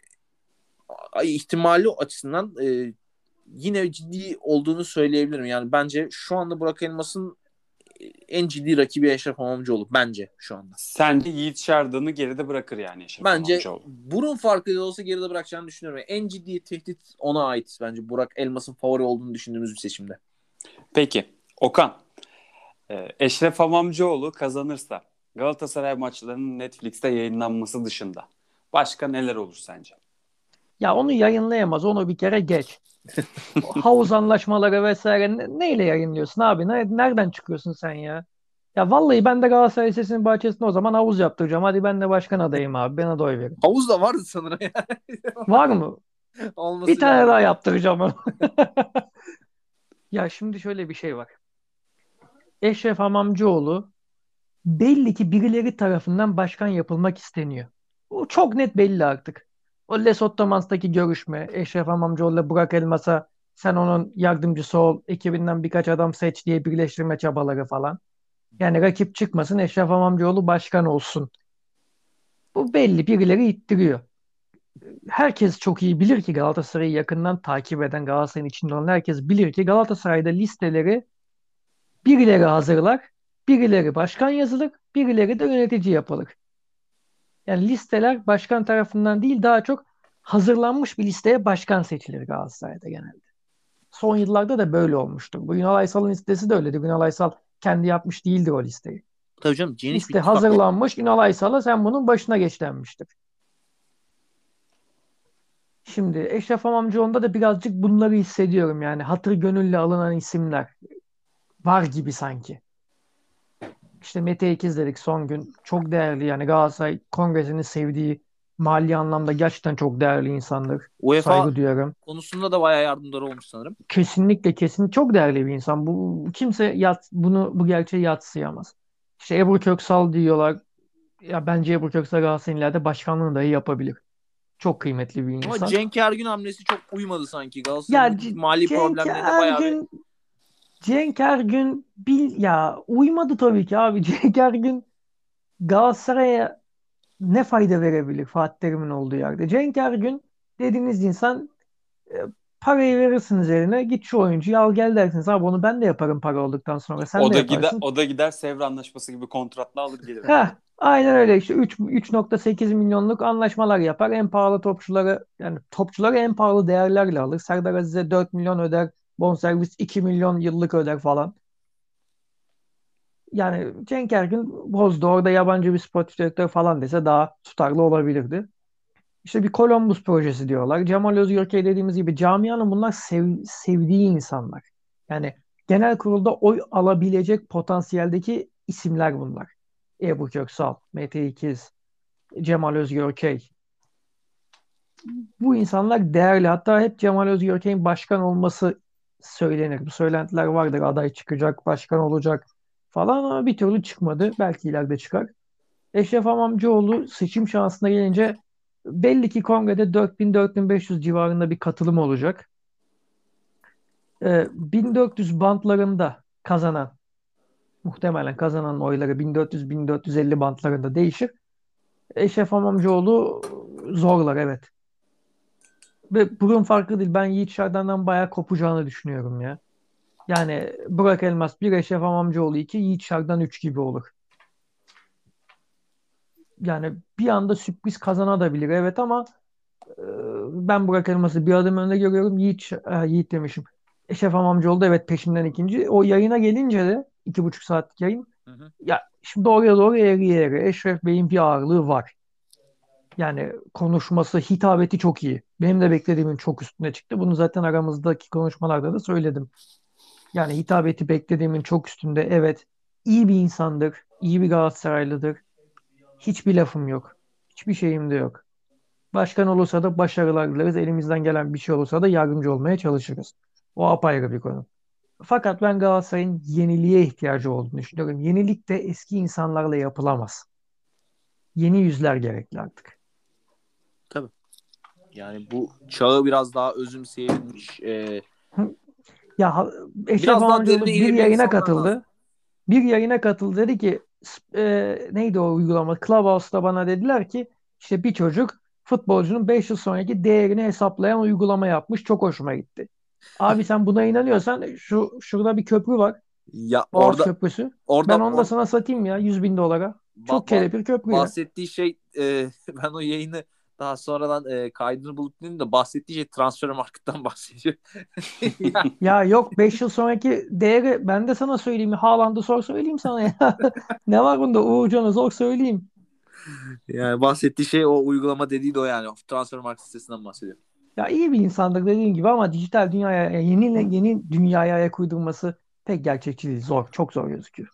ihtimali açısından yine ciddi olduğunu söyleyebilirim. Yani bence şu anda Burak Elmas'ın en ciddi rakibi Eşref Amamcıoğlu. Bence şu anda. Sence Yiğit Şardan'ı geride bırakır yani Eşref Bence Amamcıoğlu? burun farkı da olsa geride bırakacağını düşünüyorum. En ciddi tehdit ona ait. Bence Burak Elmas'ın favori olduğunu düşündüğümüz bir seçimde. Peki Okan, Eşref Amamcıoğlu kazanırsa Galatasaray maçlarının Netflix'te yayınlanması dışında başka neler olur sence? Ya onu yayınlayamaz. Onu bir kere geç. Havuz anlaşmaları vesaire neyle yayınlıyorsun abi? Nereden çıkıyorsun sen ya? Ya vallahi ben de Galatasaray Lisesi'nin bahçesinde o zaman havuz yaptıracağım. Hadi ben de başkan adayım abi. Bana da oy verin. Havuz da vardı sanırım yani. Var mı? Bir Olması tane lazım. daha yaptıracağım. Ya şimdi şöyle bir şey var. Eşref Hamamcıoğlu belli ki birileri tarafından başkan yapılmak isteniyor. Bu çok net belli artık. O Les Ottomans'taki görüşme, Eşref Hamamcıoğlu'yla Burak Elmas'a sen onun yardımcısı ol, ekibinden birkaç adam seç diye birleştirme çabaları falan. Yani rakip çıkmasın, Eşref Hamamcıoğlu başkan olsun. Bu belli, birileri ittiriyor. Herkes çok iyi bilir ki Galatasaray'ı yakından takip eden, Galatasaray'ın içinde olan herkes bilir ki Galatasaray'da listeleri birileri hazırlar, birileri başkan yazılır, birileri de yönetici yapılır. Yani listeler başkan tarafından değil daha çok hazırlanmış bir listeye başkan seçilir Galatasaray'da genelde. Son yıllarda da böyle olmuştur. Bu Ünal Aysal'ın listesi de öyledir. Ünal Aysal kendi yapmış değildir o listeyi. Tabii canım, geniş bir Liste ittifak var. hazırlanmış, Ünal Aysal'a sen bunun başına geç denmiştir. Şimdi Eşref Amamcıoğlu'nda da birazcık bunları hissediyorum yani. Hatır gönülle alınan isimler var gibi sanki. İşte Mete Ekiz dedik son gün. Çok değerli yani Galatasaray Kongresi'nin sevdiği mali anlamda gerçekten çok değerli insandır. UEFA Saygı duyarım. konusunda da bayağı yardımcı olmuş sanırım. Kesinlikle çok değerli bir insan. Kimse bu gerçeği yadsıyamaz. İşte Ebru Köksal diyorlar. Ya bence Ebru Köksal Galatasaray'ın ileride başkanlığını dahi yapabilir. Çok kıymetli bir Ama insan. Cenk Ergün hamlesi çok uymadı sanki. Ya Galatasaray'ın mali Cenk problemlerine bayağı bir Ergün Cenk Ergün ya uymadı tabii ki abi. Cenk Ergün Galatasaray'a ne fayda verebilir Fatih Terim'in olduğu yerde? Cenk Ergün dediğiniz insan e, parayı verirsiniz eline git şu oyuncuyu al gel dersiniz. Abi onu ben de yaparım para olduktan sonra sen O de da gider, yaparsın. o da gider Sevr Anlaşması gibi kontratla alır gelir abi. Heh, aynen öyle işte 3,8 milyonluk anlaşmalar yapar. En pahalı topçuları yani topçuları en pahalı değerlerle alır. Serdar Aziz'e 4 milyon öder. Bonservis 2 milyon yıllık öder falan. Yani Cenk Ergün bozdu. Orada yabancı bir sportif direktör falan dese daha tutarlı olabilirdi. İşte bir Columbus projesi diyorlar. Cemal Özgürkey dediğimiz gibi camianın bunlar sevdiği insanlar. Yani genel kurulda oy alabilecek potansiyeldeki isimler bunlar. Ebru Köksal, Mete İkiz, Cemal Özgürkey. Bu insanlar değerli. Hatta hep Cemal Özgürkey'in başkan olması söylenir. Bu söylentiler vardır. Aday çıkacak, başkan olacak falan ama bir türlü çıkmadı. Belki ileride çıkar. Eşref Amamcıoğlu seçim şansına gelince belli ki kongrede 4000-4500 civarında bir katılım olacak. 1400 bantlarında kazanan, muhtemelen kazanan oyları 1400-1450 bantlarında değişir. Eşref Amamcıoğlu zorlar evet. Ve burun farkı değil. Ben Yiğit Şardan'dan bayağı kopacağını düşünüyorum ya. Yani Burak Elmas 1, Eşref Amamcıoğlu 2, Yiğit Şardan 3 gibi olur. Yani bir anda sürpriz kazanabilir evet ama Ee, ben Burak Elmas'ı bir adım önde görüyorum. Yiğit demişim. Eşref Amamcıoğlu da evet peşinden ikinci. O yayına gelince de 2,5 saatlik yayın. hı hı. Ya şimdi doğruya doğru eğriye eğri. Eşref Bey'in bir ağırlığı var. Yani konuşması, hitabeti çok iyi. Benim de beklediğimin çok üstüne çıktı. Bunu zaten aramızdaki konuşmalarda da söyledim. Yani hitabeti beklediğimin çok üstünde. Evet, iyi bir insandır. İyi bir Galatasaraylıdır. Hiçbir lafım yok. Hiçbir şeyim de yok. Başkan olursa da başarılar dileriz. Elimizden gelen bir şey olursa da yardımcı olmaya çalışırız. O apayrı bir konu. Fakat ben Galatasaray'ın yeniliğe ihtiyacı olduğunu düşünüyorum. Yenilik de eski insanlarla yapılamaz. Yeni yüzler gerekli artık. Tabii. Yani bu çağı biraz daha özümseyebilmiş, Hı, Ya Eşref biraz daha derine Amamcıoğlu bir inebilen yayına insanlar lazım. katıldı. Bir yayına katıldı. Dedi ki neydi o uygulama? Clubhouse'da bana dediler ki işte bir çocuk futbolcunun 5 yıl sonraki değerini hesaplayan uygulama yapmış. Çok hoşuma gitti. Abi sen buna inanıyorsan şurada bir köprü var. Ya Boğaz orada Köprüsü. orada Ben onu da or, sana satayım ya 100 bin dolara. ba- Çok ba- kelepir köprü ya. bahsettiği şey ben o yayını daha sonradan kaydını bulup dinledim de bahsettiği şey transfer marketten bahsediyor. Yani, Ya yok 5 yıl sonraki değeri ben de sana söyleyeyim. Haaland'ı sor söyleyeyim sana ya. Ne var bunda Uğurcan'ı zor söyleyeyim. yani bahsettiği şey o uygulama dediği de o yani. Transfer market sitesinden bahsediyor. Ya iyi bir insandır dediğim gibi ama dijital dünyaya yeni dünyaya ayak uydurması pek gerçekçi değil. Zor. Çok zor gözüküyor.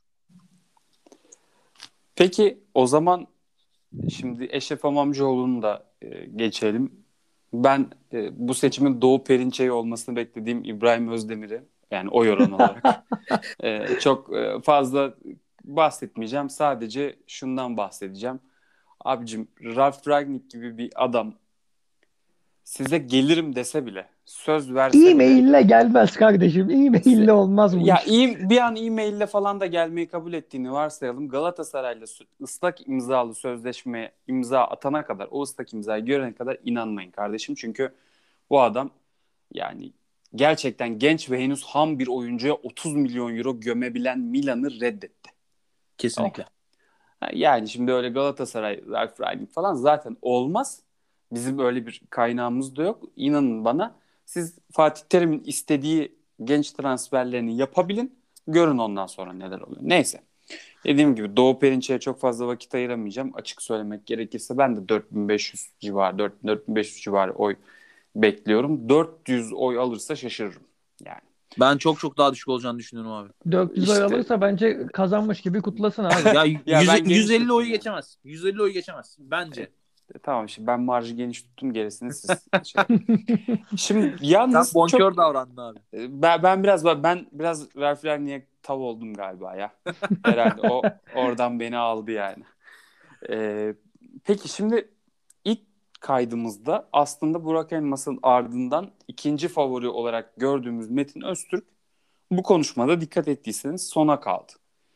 Peki o zaman şimdi Eşref Amamcıoğlu'nu da geçelim. Ben bu seçimin Doğu Perinçek olmasını beklediğim İbrahim Özdemir'i yani oy oranı olarak çok fazla bahsetmeyeceğim. Sadece şundan bahsedeceğim. Abicim Ralf Rangnick gibi bir adam size gelirim dese bile, söz verse bile E-maille gelmez kardeşim. E-maille olmaz bu ya iş. iyi bir an e-maille falan da gelmeyi kabul ettiğini varsayalım. Galatasaray'la ıslak imzalı sözleşmeye imza atana kadar, o ıslak imzayı görene kadar inanmayın kardeşim. Çünkü bu adam yani gerçekten genç ve henüz ham bir oyuncuya 30 milyon euro gömebilen Milan'ı reddetti. Tamam. Kesinlikle. Yani şimdi öyle Galatasaray, Ralf Rangnick falan zaten olmaz. Bizim öyle bir kaynağımız da yok. İnanın bana siz Fatih Terim'in istediği genç transferlerini yapabilin. Görün ondan sonra neler oluyor. Neyse. Dediğim gibi Doğu Perinçek'e çok fazla vakit ayıramayacağım. Açık söylemek gerekirse ben de 4500 civarı, 4500 civarı oy bekliyorum. 400 oy alırsa şaşırırım. Yani Ben çok çok daha düşük olacağını düşünüyorum abi. 400 oy İşte alırsa bence kazanmış gibi kutlasın abi. Ya ya ben geniş 150 tuttum oyu yani. geçemez. 150 oyu geçemez bence. Tamam, şimdi ben marjı geniş tuttum, gerisini siz şey yapın. Şimdi Sen yalnız bonkör çok davrandın abi. ben biraz Ralph Rangnick'e tav oldum galiba ya. Herhalde o oradan beni aldı yani. Ee, peki şimdi ilk kaydımızda aslında Burak Elmas'ın ardından ikinci favori olarak gördüğümüz Metin Öztürk bu konuşmada dikkat ettiyseniz sona kaldı.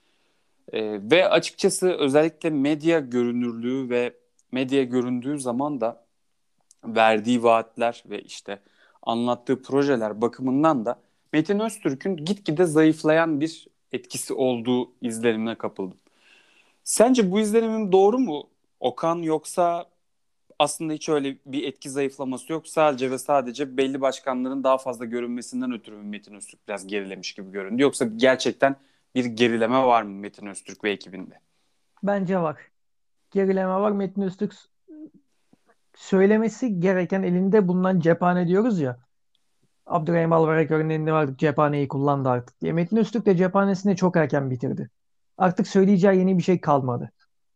Ve açıkçası özellikle medya görünürlüğü ve medya göründüğü zaman da verdiği vaatler ve işte anlattığı projeler bakımından da Metin Öztürk'ün gitgide zayıflayan bir etkisi olduğu izlenimine kapıldım. Sence bu izlenimim doğru mu Okan, yoksa aslında hiç öyle bir etki zayıflaması yok, sadece ve sadece belli başkanların daha fazla görünmesinden ötürü mü Metin Öztürk biraz gerilemiş gibi göründü, yoksa gerçekten bir gerileme var mı Metin Öztürk ve ekibinde? Bence var. Gerileme var. Metin Öztürk söylemesi gereken elinde bulunan cephane diyoruz ya. Abdurrahim Albayrak örneğinde vardı. Cephaneyi kullandı artık diye. Metin Öztürk de cephanesini çok erken bitirdi. Artık söyleyeceği yeni bir şey kalmadı.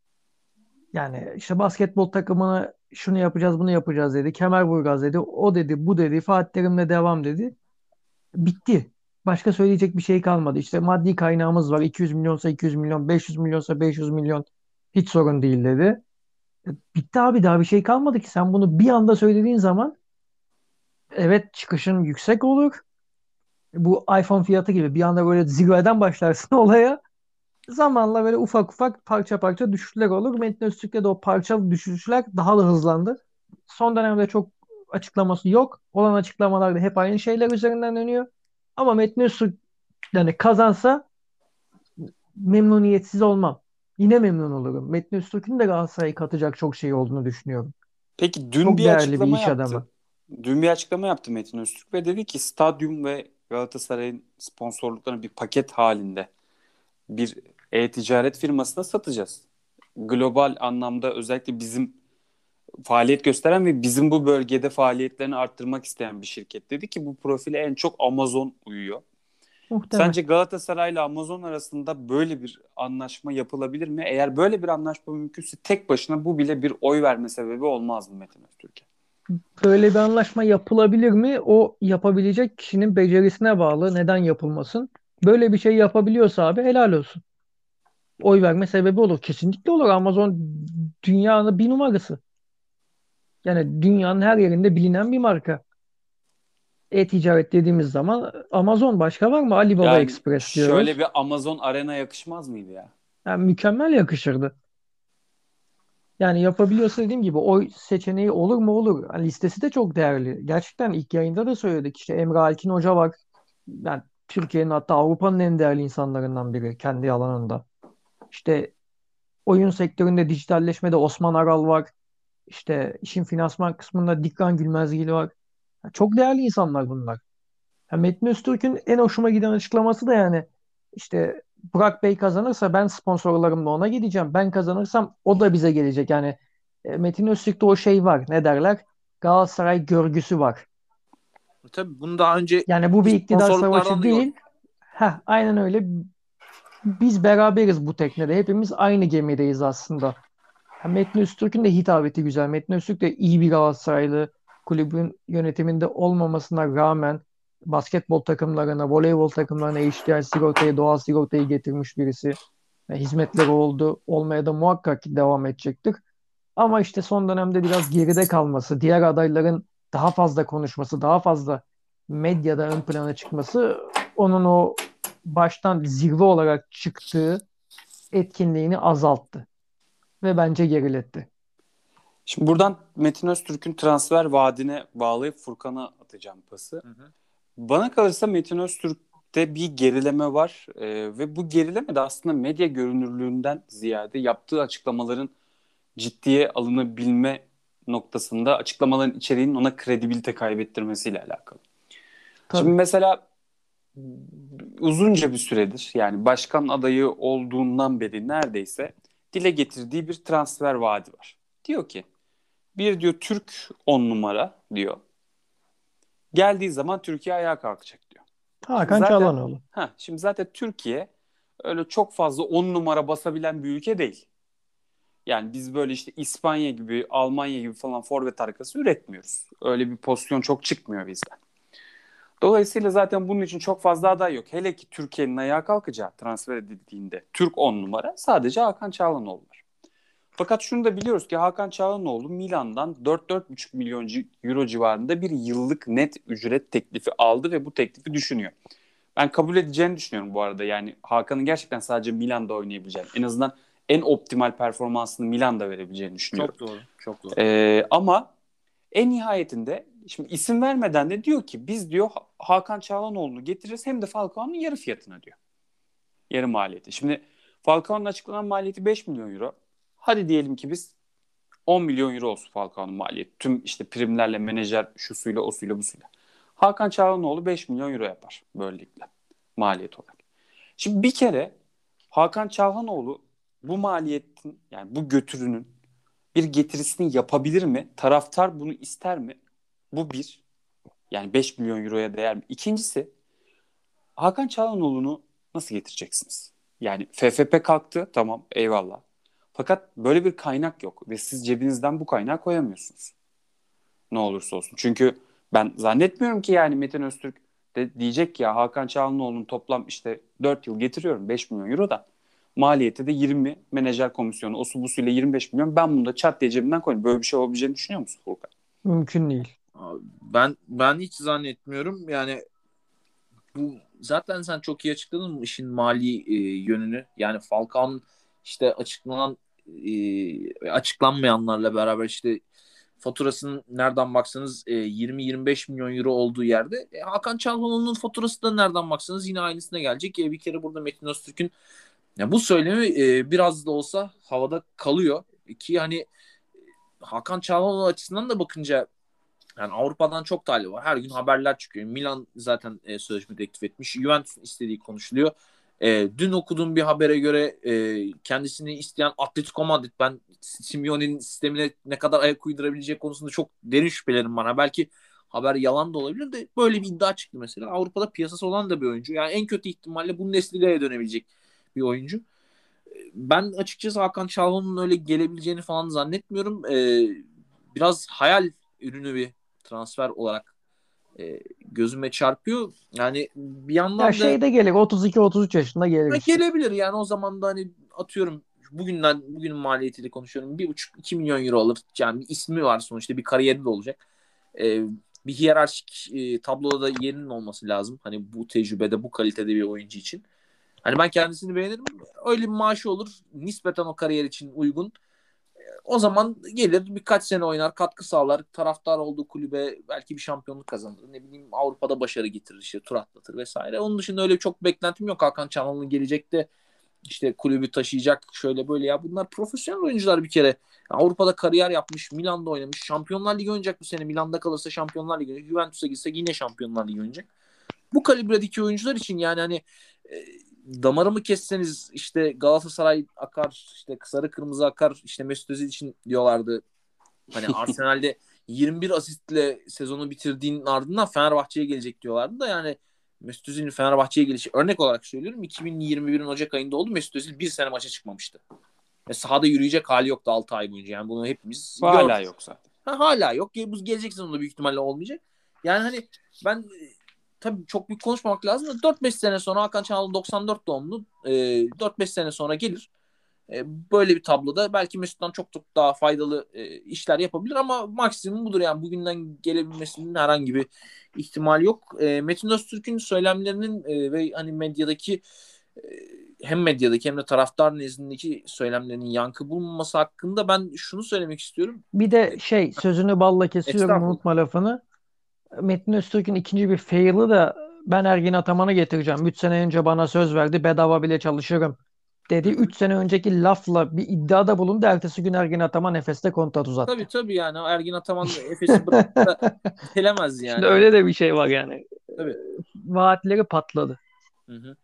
Yani işte basketbol takımına şunu yapacağız, bunu yapacağız dedi. Kemerburgaz dedi. O dedi, bu dedi. Fatih Terim'le devam dedi. Bitti. Başka söyleyecek bir şey kalmadı. İşte maddi kaynağımız var. 200 milyonsa 200 milyon, 500 milyonsa 500 milyon. Hiç sorun değil dedi. Bitti abi, daha bir şey kalmadı ki. Sen bunu bir anda söylediğin zaman evet, çıkışın yüksek olur. Bu iPhone fiyatı gibi bir anda böyle zirveden başlarsın olaya. Zamanla böyle ufak ufak parça parça düşüşler olur. Metin Öztürk'te de o parça düşüşler daha da hızlandı. Son dönemde çok açıklaması yok. Olan açıklamalarda hep aynı şeyler üzerinden dönüyor. Ama Metin Öztürk yani kazansa memnuniyetsiz olmam. Yine memnun olurum. Metin Öztürk'ün de Galatasaray'a katacak çok şey olduğunu düşünüyorum. Peki dün Çok bir değerli bir açıklama iş yaptı. adamı. Dün bir açıklama yaptı Metin Öztürk ve dedi ki stadyum ve Galatasaray'ın sponsorluklarını bir paket halinde bir e-ticaret firmasına satacağız. Global anlamda özellikle bizim faaliyet gösteren ve bizim bu bölgede faaliyetlerini arttırmak isteyen bir şirket, dedi ki bu profile en çok Amazon uyuyor. Muhtemel. Sence Galatasaray ile Amazon arasında böyle bir anlaşma yapılabilir mi? Eğer böyle bir anlaşma mümkünse tek başına bu bile bir oy verme sebebi olmaz mı Metin Öztürk'e? Böyle bir anlaşma yapılabilir mi? O yapabilecek kişinin becerisine bağlı. Neden yapılmasın? Böyle bir şey yapabiliyorsa abi helal olsun. Oy verme sebebi olur. Kesinlikle olur. Amazon dünyanın bir numarası. Yani dünyanın her yerinde bilinen bir marka. E-ticaret dediğimiz zaman Amazon, başka var mı? Alibaba Yani Express şöyle diyoruz. bir Amazon Arena yakışmaz mıydı ya? Yani mükemmel yakışırdı. Yani yapabiliyorsa dediğim gibi oy seçeneği olur mu? Olur. Yani listesi de çok değerli. Gerçekten ilk yayında da söyledik. İşte Emre Alkin Hoca var. Yani Türkiye'nin, hatta Avrupa'nın en değerli insanlarından biri kendi alanında. İşte oyun sektöründe dijitalleşmede Osman Aral var. İşte işin finansman kısmında Dikran Gülmezgili var. Ya çok değerli insanlar bunlar. Ya Metin Öztürk'ün en hoşuma giden açıklaması da yani işte Burak Bey kazanırsa ben sponsorlarımla ona gideceğim. Ben kazanırsam o da bize gelecek. Yani Metin Öztürk'te o şey var. Ne derler? Galatasaray görgüsü var. Tabii bunu daha önce Yani bu bir iktidar sponsorluklardan savaşı da değil. gördük. Heh, aynen öyle. Biz beraberiz bu teknede. Hepimiz aynı gemideyiz aslında. Ha, Metin Öztürk'ün de hitabeti güzel. Metin Öztürk de iyi bir Galatasaraylı, kulübün yönetiminde olmamasına rağmen basketbol takımlarına, voleybol takımlarına eşdeğer sigortayı, doğal sigortayı getirmiş birisi. Hizmetleri oldu. Olmaya da muhakkak ki devam edecektir. Ama işte son dönemde biraz geride kalması, diğer adayların daha fazla konuşması, daha fazla medyada ön plana çıkması onun o baştan zirve olarak çıktığı etkinliğini azalttı ve bence geriletti. Şimdi buradan Metin Öztürk'ün transfer vaadine bağlayıp Furkan'a atacağım pası. Hı hı. Bana kalırsa Metin Öztürk'te bir gerileme var. Ve bu gerileme de aslında medya görünürlüğünden ziyade yaptığı açıklamaların ciddiye alınabilme noktasında açıklamaların içeriğinin ona kredibilite kaybettirmesiyle alakalı. Şimdi Tabii. mesela uzunca bir süredir, yani başkan adayı olduğundan beri neredeyse dile getirdiği bir transfer vaadi var. Diyor ki bir diyor Türk 10 numara diyor. Geldiği zaman Türkiye ayağa kalkacak diyor. Şimdi Hakan zaten Çalhanoğlu. şimdi zaten Türkiye öyle çok fazla 10 numara basabilen bir ülke değil. Yani biz böyle işte İspanya gibi, Almanya gibi falan forvet arkası üretmiyoruz. Öyle bir pozisyon çok çıkmıyor bizden. Dolayısıyla zaten bunun için çok fazla aday yok. Hele ki Türkiye'nin ayağa kalkacağı transfer edildiğinde Türk 10 numara sadece Hakan Çalhanoğlu var. Fakat şunu da biliyoruz ki Hakan Çalhanoğlu Milan'dan 4-4,5 milyon euro civarında bir yıllık net ücret teklifi aldı ve bu teklifi düşünüyor. Ben kabul edeceğini düşünüyorum bu arada. Yani Hakan'ın gerçekten sadece Milan'da oynayabileceğini, en azından en optimal performansını Milan'da verebileceğini düşünüyorum. Çok doğru. Çok doğru. Ama en nihayetinde şimdi isim vermeden de diyor ki biz diyor Hakan Çalhanoğlu'nu getiririz hem de Falcao'nun yarı fiyatına diyor. Yarı maliyeti. Şimdi Falcao'nun açıklanan maliyeti 5 milyon euro. Hadi diyelim ki biz 10 milyon euro olsun Falcao'nun maliyeti. Tüm işte primlerle, menajer şusuyla, osuyla, busuyla. Hakan Çalhanoğlu 5 milyon euro yapar böylelikle maliyet olarak. Şimdi bir kere Hakan Çalhanoğlu bu maliyetin yani bu götürünün bir getirisini yapabilir mi? Taraftar bunu ister mi? Bu bir. Yani 5 milyon euroya değer mi? İkincisi Hakan Çalhanoğlu'nu nasıl getireceksiniz? Yani FFP kalktı tamam eyvallah. Fakat böyle bir kaynak yok ve siz cebinizden bu kaynağı koyamıyorsunuz. Ne olursa olsun. Çünkü ben zannetmiyorum ki yani Metin Öztürk de diyecek ki ya Hakan Çalhanoğlu'nun toplam işte 4 yıl getiriyorum 5 milyon euro da maliyeti de 20 menajer komisyonu o su bu suyla 25 milyon ben bunu da çat diye cebimden koyayım. Böyle bir şey olabileceğini düşünüyor musun Furkan? Mümkün değil. Abi, ben hiç zannetmiyorum. Yani bu zaten sen çok iyi açıkladın mı işin mali yönünü. Yani Falcao'nun işte açıklanmayanlarla beraber işte faturasının nereden baksanız 20-25 milyon euro olduğu yerde Hakan Çalhanoğlu'nun faturası da nereden baksanız yine aynısına gelecek. Bir kere burada Metin Öztürk'ün bu söylemi biraz da olsa havada kalıyor ki hani Hakan Çalhanoğlu açısından da bakınca yani Avrupa'dan çok talih var. Her gün haberler çıkıyor. Milan zaten sözleşme teklif etmiş. Juventus'un istediği konuşuluyor. Dün okuduğum bir habere göre kendisini isteyen Atletico Madrid, ben Simeone'nin sistemine ne kadar ayak uydurabileceği konusunda çok derin şüphelerim var. Belki haber yalan da olabilir de böyle bir iddia çıktı mesela. Avrupa'da piyasası olan da bir oyuncu. Yani en kötü ihtimalle Bundesliga'ya dönebilecek bir oyuncu. Ben açıkçası Hakan Çalhanoğlu'nun öyle gelebileceğini falan zannetmiyorum. Biraz hayal ürünü bir transfer olarak gözüme çarpıyor. Yani bir Ya yandan da şeyde gelir 32-33 yaşında gelir işte. gelebilir yani o zaman da hani atıyorum bugünün maliyetiyle konuşuyorum. 1,5-2 milyon euro alır. Yani bir ismi var sonuçta bir kariyeri de olacak. E, Bir hiyerarşik tabloda da yerinin olması lazım. Hani bu tecrübede bu kalitede bir oyuncu için. Hani ben kendisini beğenirim. Öyle bir maaşı olur. Nispeten o kariyer için uygun. O zaman gelir birkaç sene oynar, katkı sağlar, taraftar olduğu kulübe belki bir şampiyonluk kazanır. Ne bileyim Avrupa'da başarı getirir, işte tur atlatır vesaire. Onun dışında öyle çok beklentim yok. Hakan Çalhanoğlu gelecekte işte kulübü taşıyacak şöyle böyle ya. Bunlar profesyonel oyuncular bir kere. Avrupa'da kariyer yapmış, Milan'da oynamış. Şampiyonlar Ligi oynayacak bu sene. Milan'da kalırsa Şampiyonlar Ligi oynayacak. Juventus'a gitse yine Şampiyonlar Ligi oynayacak. Bu kalibredeki oyuncular için yani hani e, damarımı kesseniz işte Galatasaray akar, işte sarı kırmızı akar, işte Mesut Özil için diyorlardı. Hani Arsenal'de 21 asistle sezonu bitirdiğinin ardından Fenerbahçe'ye gelecek diyorlardı da yani Mesut Özil'in Fenerbahçe'ye gelişi örnek olarak söylüyorum. 2021'in Ocak ayında oldu. Mesut Özil bir sene maça çıkmamıştı. Sahada yürüyecek hali yoktu 6 ay boyunca. Yani bunu hepimiz Bu hala gördük. yok zaten. Hala yok. Bu gelecek sezonda büyük ihtimalle olmayacak. Yani hani ben tabii çok büyük konuşmamak lazım da 4-5 sene sonra Hakan Çalhanoğlu 94 doğumlu 4-5 sene sonra gelir. Böyle bir tabloda belki Mesut'tan çok çok daha faydalı işler yapabilir ama maksimum budur yani bugünden gelebilmesinin herhangi bir ihtimal yok. Metin Öztürk'ün söylemlerinin ve hani medyadaki e, hem medyadaki hem de taraftar nezdindeki söylemlerinin yankı bulunması hakkında ben şunu söylemek istiyorum. Bir de sözünü balla kesiyorum Estağfurullah. unutma lafını. Metin Öztürk'ün ikinci bir fail'ı da ben Ergin Ataman'ı getireceğim. 3 sene önce bana söz verdi bedava bile çalışırım Hı dedi. hı. 3 sene önceki lafla bir iddiada bulundu. Ertesi gün Ergin Ataman Efes'te kontrat Tabii uzattı. tabii yani Ergin Ataman Efes'i bırakıp da gelemez Şimdi yani. Hani, öyle de bir şey var yani. tabii. Vaatleri patladı. Hı hı.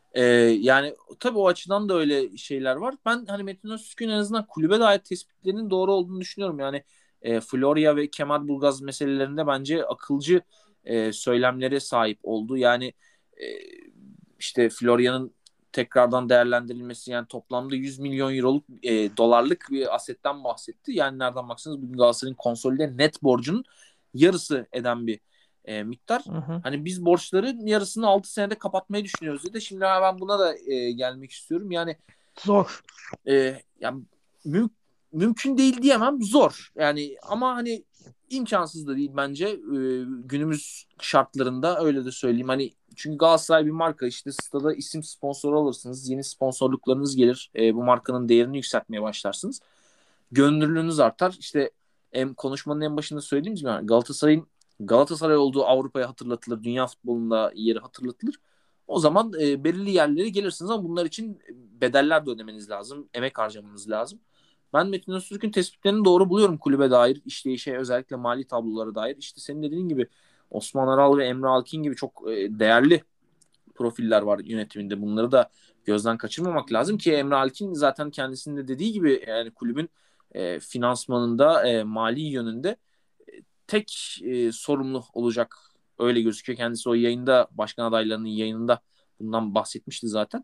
Yani tabii o açıdan da öyle şeyler var. Ben hani Metin Öztürk'ün en azından kulübe dair tespitlerinin doğru olduğunu düşünüyorum. Yani Florya ve Kemalburgaz meselelerinde bence akılcı söylemlere sahip oldu. Yani işte Florya'nın tekrardan değerlendirilmesi, yani toplamda 100 milyon euroluk dolarlık bir asetten bahsetti. Yani nereden baksanız bugün Galatasaray'ın konsolide net borcunun yarısı eden bir miktar. Hı hı. Hani biz borçların yarısını 6 senede kapatmayı düşünüyoruz dedi. Şimdi ben buna da gelmek istiyorum. Yani Zor. yani müm- mümkün değil diyemem, zor. Yani ama hani imkansız da değil bence. Günümüz şartlarında öyle de söyleyeyim. Hani çünkü Galatasaray bir marka, işte stada isim sponsoru alırsınız. Yeni sponsorluklarınız gelir. Bu markanın değerini yükseltmeye başlarsınız. Gönüllülüğünüz artar. İşte konuşmanın en başında söylediğimiz gibi, yani Galatasaray olduğu Avrupa'ya hatırlatılır. Dünya futbolunda yeri hatırlatılır. O zaman belirli yerlere gelirsiniz ama bunlar için bedeller de ödemeniz lazım. Emek harcamanız lazım. Ben Metin Öztürk'ün tespitlerini doğru buluyorum kulübe dair. İşleyişe, özellikle mali tablolara dair. İşte senin dediğin gibi Osman Aral ve Emre Alkin gibi çok değerli profiller var yönetiminde. Bunları da gözden kaçırmamak lazım ki Emre Alkin zaten kendisinin de dediği gibi, yani kulübün finansmanında, mali yönünde tek sorumlu olacak. Öyle gözüküyor. Kendisi o yayında, başkan adaylarının yayınında bundan bahsetmişti zaten.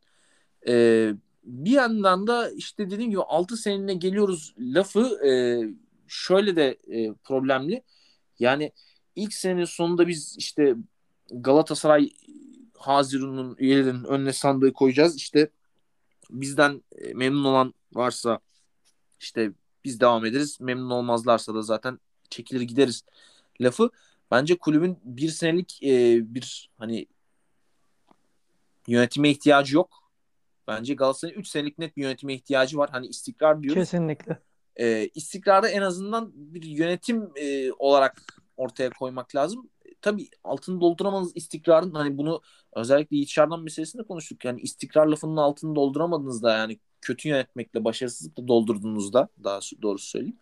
Bir yandan da işte dediğim gibi 6 seneline geliyoruz lafı şöyle de problemli. Yani ilk senenin sonunda biz işte Galatasaray Haziran'ın üyelerinin önüne sandığı koyacağız. İşte bizden memnun olan varsa işte biz devam ederiz. Memnun olmazlarsa da zaten çekilir gideriz lafı. Bence kulübün bir senelik bir hani yönetime ihtiyacı yok. Bence Galatasaray'ın 3 senelik net bir yönetime ihtiyacı var. Hani istikrar diyoruz. Kesinlikle. İstikrarı en azından bir yönetim olarak ortaya koymak lazım. Tabii altını dolduramadığınız istikrarın, hani bunu özellikle Yiğit Şardan meselesinde konuştuk. Yani istikrar lafının altını dolduramadığınızda, yani kötü yönetmekle başarısızlıkla doldurduğunuzda, daha doğrusu söyleyeyim,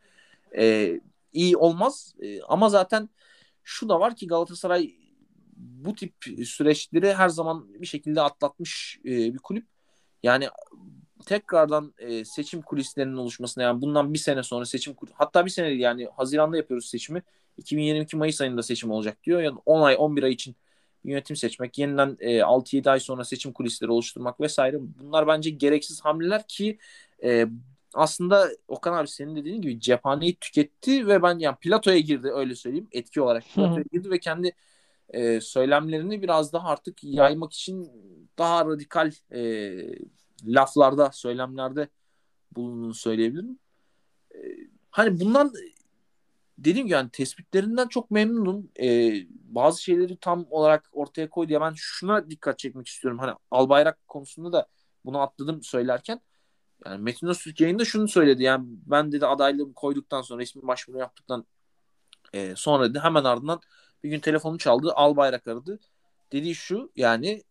iyi olmaz. Ama zaten şu da var ki Galatasaray bu tip süreçleri her zaman bir şekilde atlatmış bir kulüp. Yani tekrardan seçim kulislerinin oluşmasına, yani bundan bir sene sonra hatta bir sene değil, yani Haziran'da yapıyoruz seçimi. 2022 Mayıs ayında seçim olacak diyor. Yani 10 ay 11 ay için yönetim seçmek, yeniden 6-7 ay sonra seçim kulisleri oluşturmak vesaire. Bunlar bence gereksiz hamleler ki e, aslında Okan abi senin dediğin gibi cephaneyi tüketti ve ben yani platoya girdi, öyle söyleyeyim. Etki olarak platoya girdi ve kendi söylemlerini biraz daha artık yaymak için daha radikal laflarda, söylemlerde bulunduğunu söyleyebilirim. E, Hani bundan dediğim gibi yani tespitlerinden çok memnunum. Bazı şeyleri tam olarak ortaya koy diye ben şuna dikkat çekmek istiyorum. Hani Albayrak konusunda da bunu atladım söylerken. Yani Metin Öztürk yayında şunu söyledi. Yani ben dedi adaylığımı koyduktan sonra, resmi başvuru yaptıktan sonra dedi, hemen ardından bir gün telefonu çaldı. Albayrak aradı. Dediği şu, yani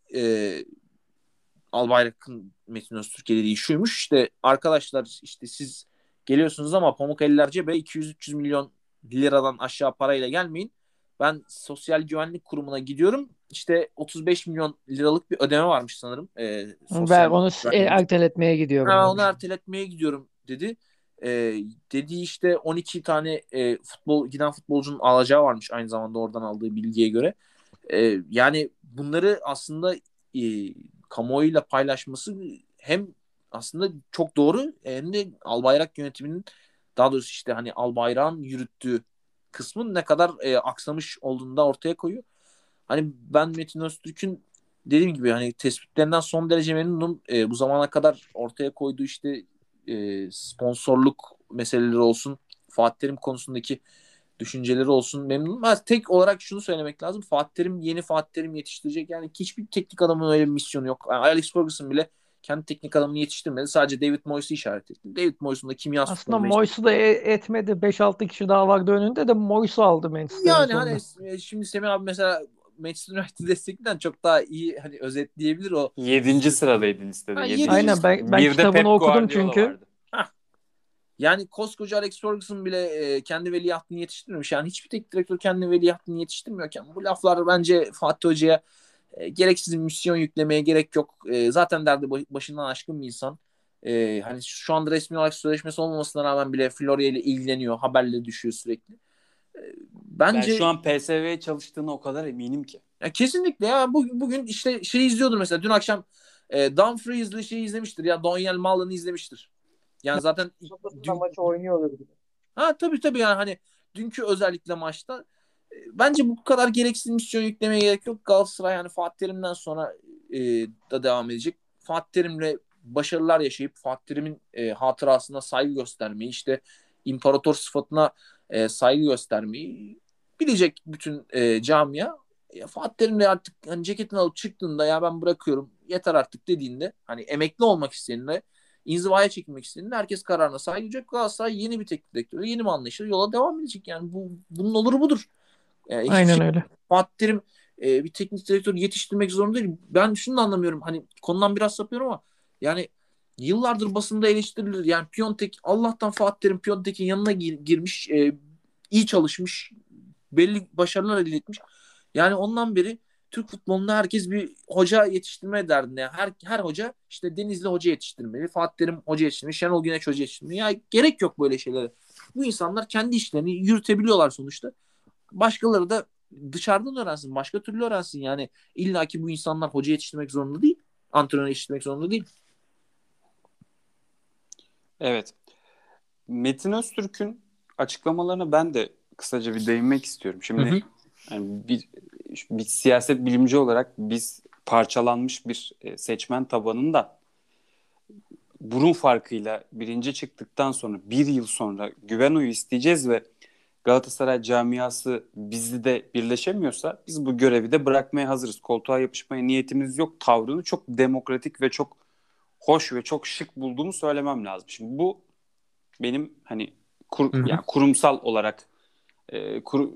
Albayrak'ın Metin Öztürk'e dediği şuymuş: işte arkadaşlar, işte siz geliyorsunuz ama Pamukkale'ler cebe 200-300 milyon liradan aşağı parayla gelmeyin. Ben Sosyal Güvenlik Kurumu'na gidiyorum. İşte 35 milyon liralık bir ödeme varmış sanırım. Ve Sosyal onu güvenlik. erteletmeye gidiyorum Ha, onu demiş. erteletmeye gidiyorum dedi. Dediği işte 12 tane giden futbolcunun alacağı varmış aynı zamanda, oradan aldığı bilgiye göre. Yani bunları aslında e, kamuoyuyla paylaşması hem aslında çok doğru, hem de Albayrak yönetiminin, daha doğrusu işte hani Albayrak'ın yürüttüğü kısmın ne kadar aksamış olduğunu da ortaya koyuyor. Hani ben Metin Öztürk'ün dediğim gibi hani tespitlerinden son derece memnunum. Bu zamana kadar ortaya koyduğu işte sponsorluk meseleleri olsun, Fatih Terim konusundaki düşünceleri olsun, memnunum. Ha, tek olarak şunu söylemek lazım: Fatih Terim yeni Fatih Terim yetiştirecek. Yani hiçbir teknik adamın öyle bir misyonu yok. Yani Alex Ferguson bile kendi teknik adamını yetiştirmedi. Sadece David Moyes'u işaret etti. David Moyes'un da kimya Aslında sporuna Moyes'u da etmedi. 5-6 kişi daha vardı önünde de Moyes'u aldı Manchester en yani hani sonunda. şimdi Semih abi mesela Manchester United destekten çok daha iyi hani özetleyebilir o. 7. sıradaydı listede. Ha, 7. 7. Aynen, ben Bir de kitabını Pep okudum Guardiola çünkü. vardı. Yani koskoca Alex Ferguson bile kendi veliahtını yetiştirmemiş. Yani hiçbir teknik direktör kendi veliahtını yetiştirmiyorken bu laflar bence Fatih Hoca'ya gereksiz bir misyon yüklemeye gerek yok. Zaten derdi başından aşkın bir insan. Hani şu anda resmi olarak sözleşmesi olmamasına rağmen bile Florya ile ilgileniyor. Haberleri düşüyor sürekli. Ben şu Bence an PSV'ye çalıştığına o kadar eminim ki. Ya kesinlikle ya bugün işte şey izliyordum mesela dün akşam Dumfries'li şeyi izlemiştir ya Donyell Mallon'ı izlemiştir. Yani zaten Ortasında dün maçı oynuyordur gibi. tabii yani hani dünkü özellikle maçta bence bu kadar gereksiz misyon yüklemeye gerek yok. Galatasaray yani Fatih Terim'den sonra da devam edecek. Fatih Terim'le başarılar yaşayıp Fatih Terim'in hatırasına saygı göstermeyi işte imparator sıfatına saygı göstermeyi bilecek bütün camia. Fatih Terim de artık hani ceketini alıp çıktığında ya ben bırakıyorum yeter artık dediğinde hani emekli olmak isteyenle inzivaya çekilmek istediğinde herkes kararına saygı duyacak. Galatasaray yeni bir teknik direktörü, yeni bir anlayışla yola devam edecek. Yani bunun oluru budur. Hiçbir Aynen şey öyle. Fatih Terim bir teknik direktör yetiştirmek zorunda değil. Ben şunu da anlamıyorum. Hani konudan biraz sapıyorum ama yani yıllardır basında eleştirilir. Yani Piontek Allah'tan Fatih Terim Piontek'in yanına girmiş, iyi çalışmış, belli başarılar elde etmiş. Yani ondan beri Türk futbolunda herkes bir hoca yetiştirme derdinde. Yani her hoca işte Denizli hoca yetiştirmeli, Fatih Terim hoca yetiştirmeli, Şenol Güneş hoca yetiştirmeli. Ya gerek yok böyle şeylere. Bu insanlar kendi işlerini yürütebiliyorlar sonuçta. Başkaları da dışarıdan öğrensin. Başka türlü öğrensin. Yani illaki bu insanlar hoca yetiştirmek zorunda değil. Antrenör yetiştirmek zorunda değil. Evet. Metin Öztürk'ün açıklamalarına ben de kısaca bir değinmek istiyorum. Hı Şimdi hı. yani bir siyaset bilimci olarak biz parçalanmış bir seçmen tabanında burun farkıyla birinci çıktıktan sonra bir yıl sonra güven oyu isteyeceğiz ve Galatasaray camiası bizi de birleşemiyorsa biz bu görevi de bırakmaya hazırız. Koltuğa yapışmaya niyetimiz yok tavrını çok demokratik ve çok hoş ve çok şık bulduğumu söylemem lazım. Şimdi bu benim hani Hı hı. yani kurumsal olarak e, kur,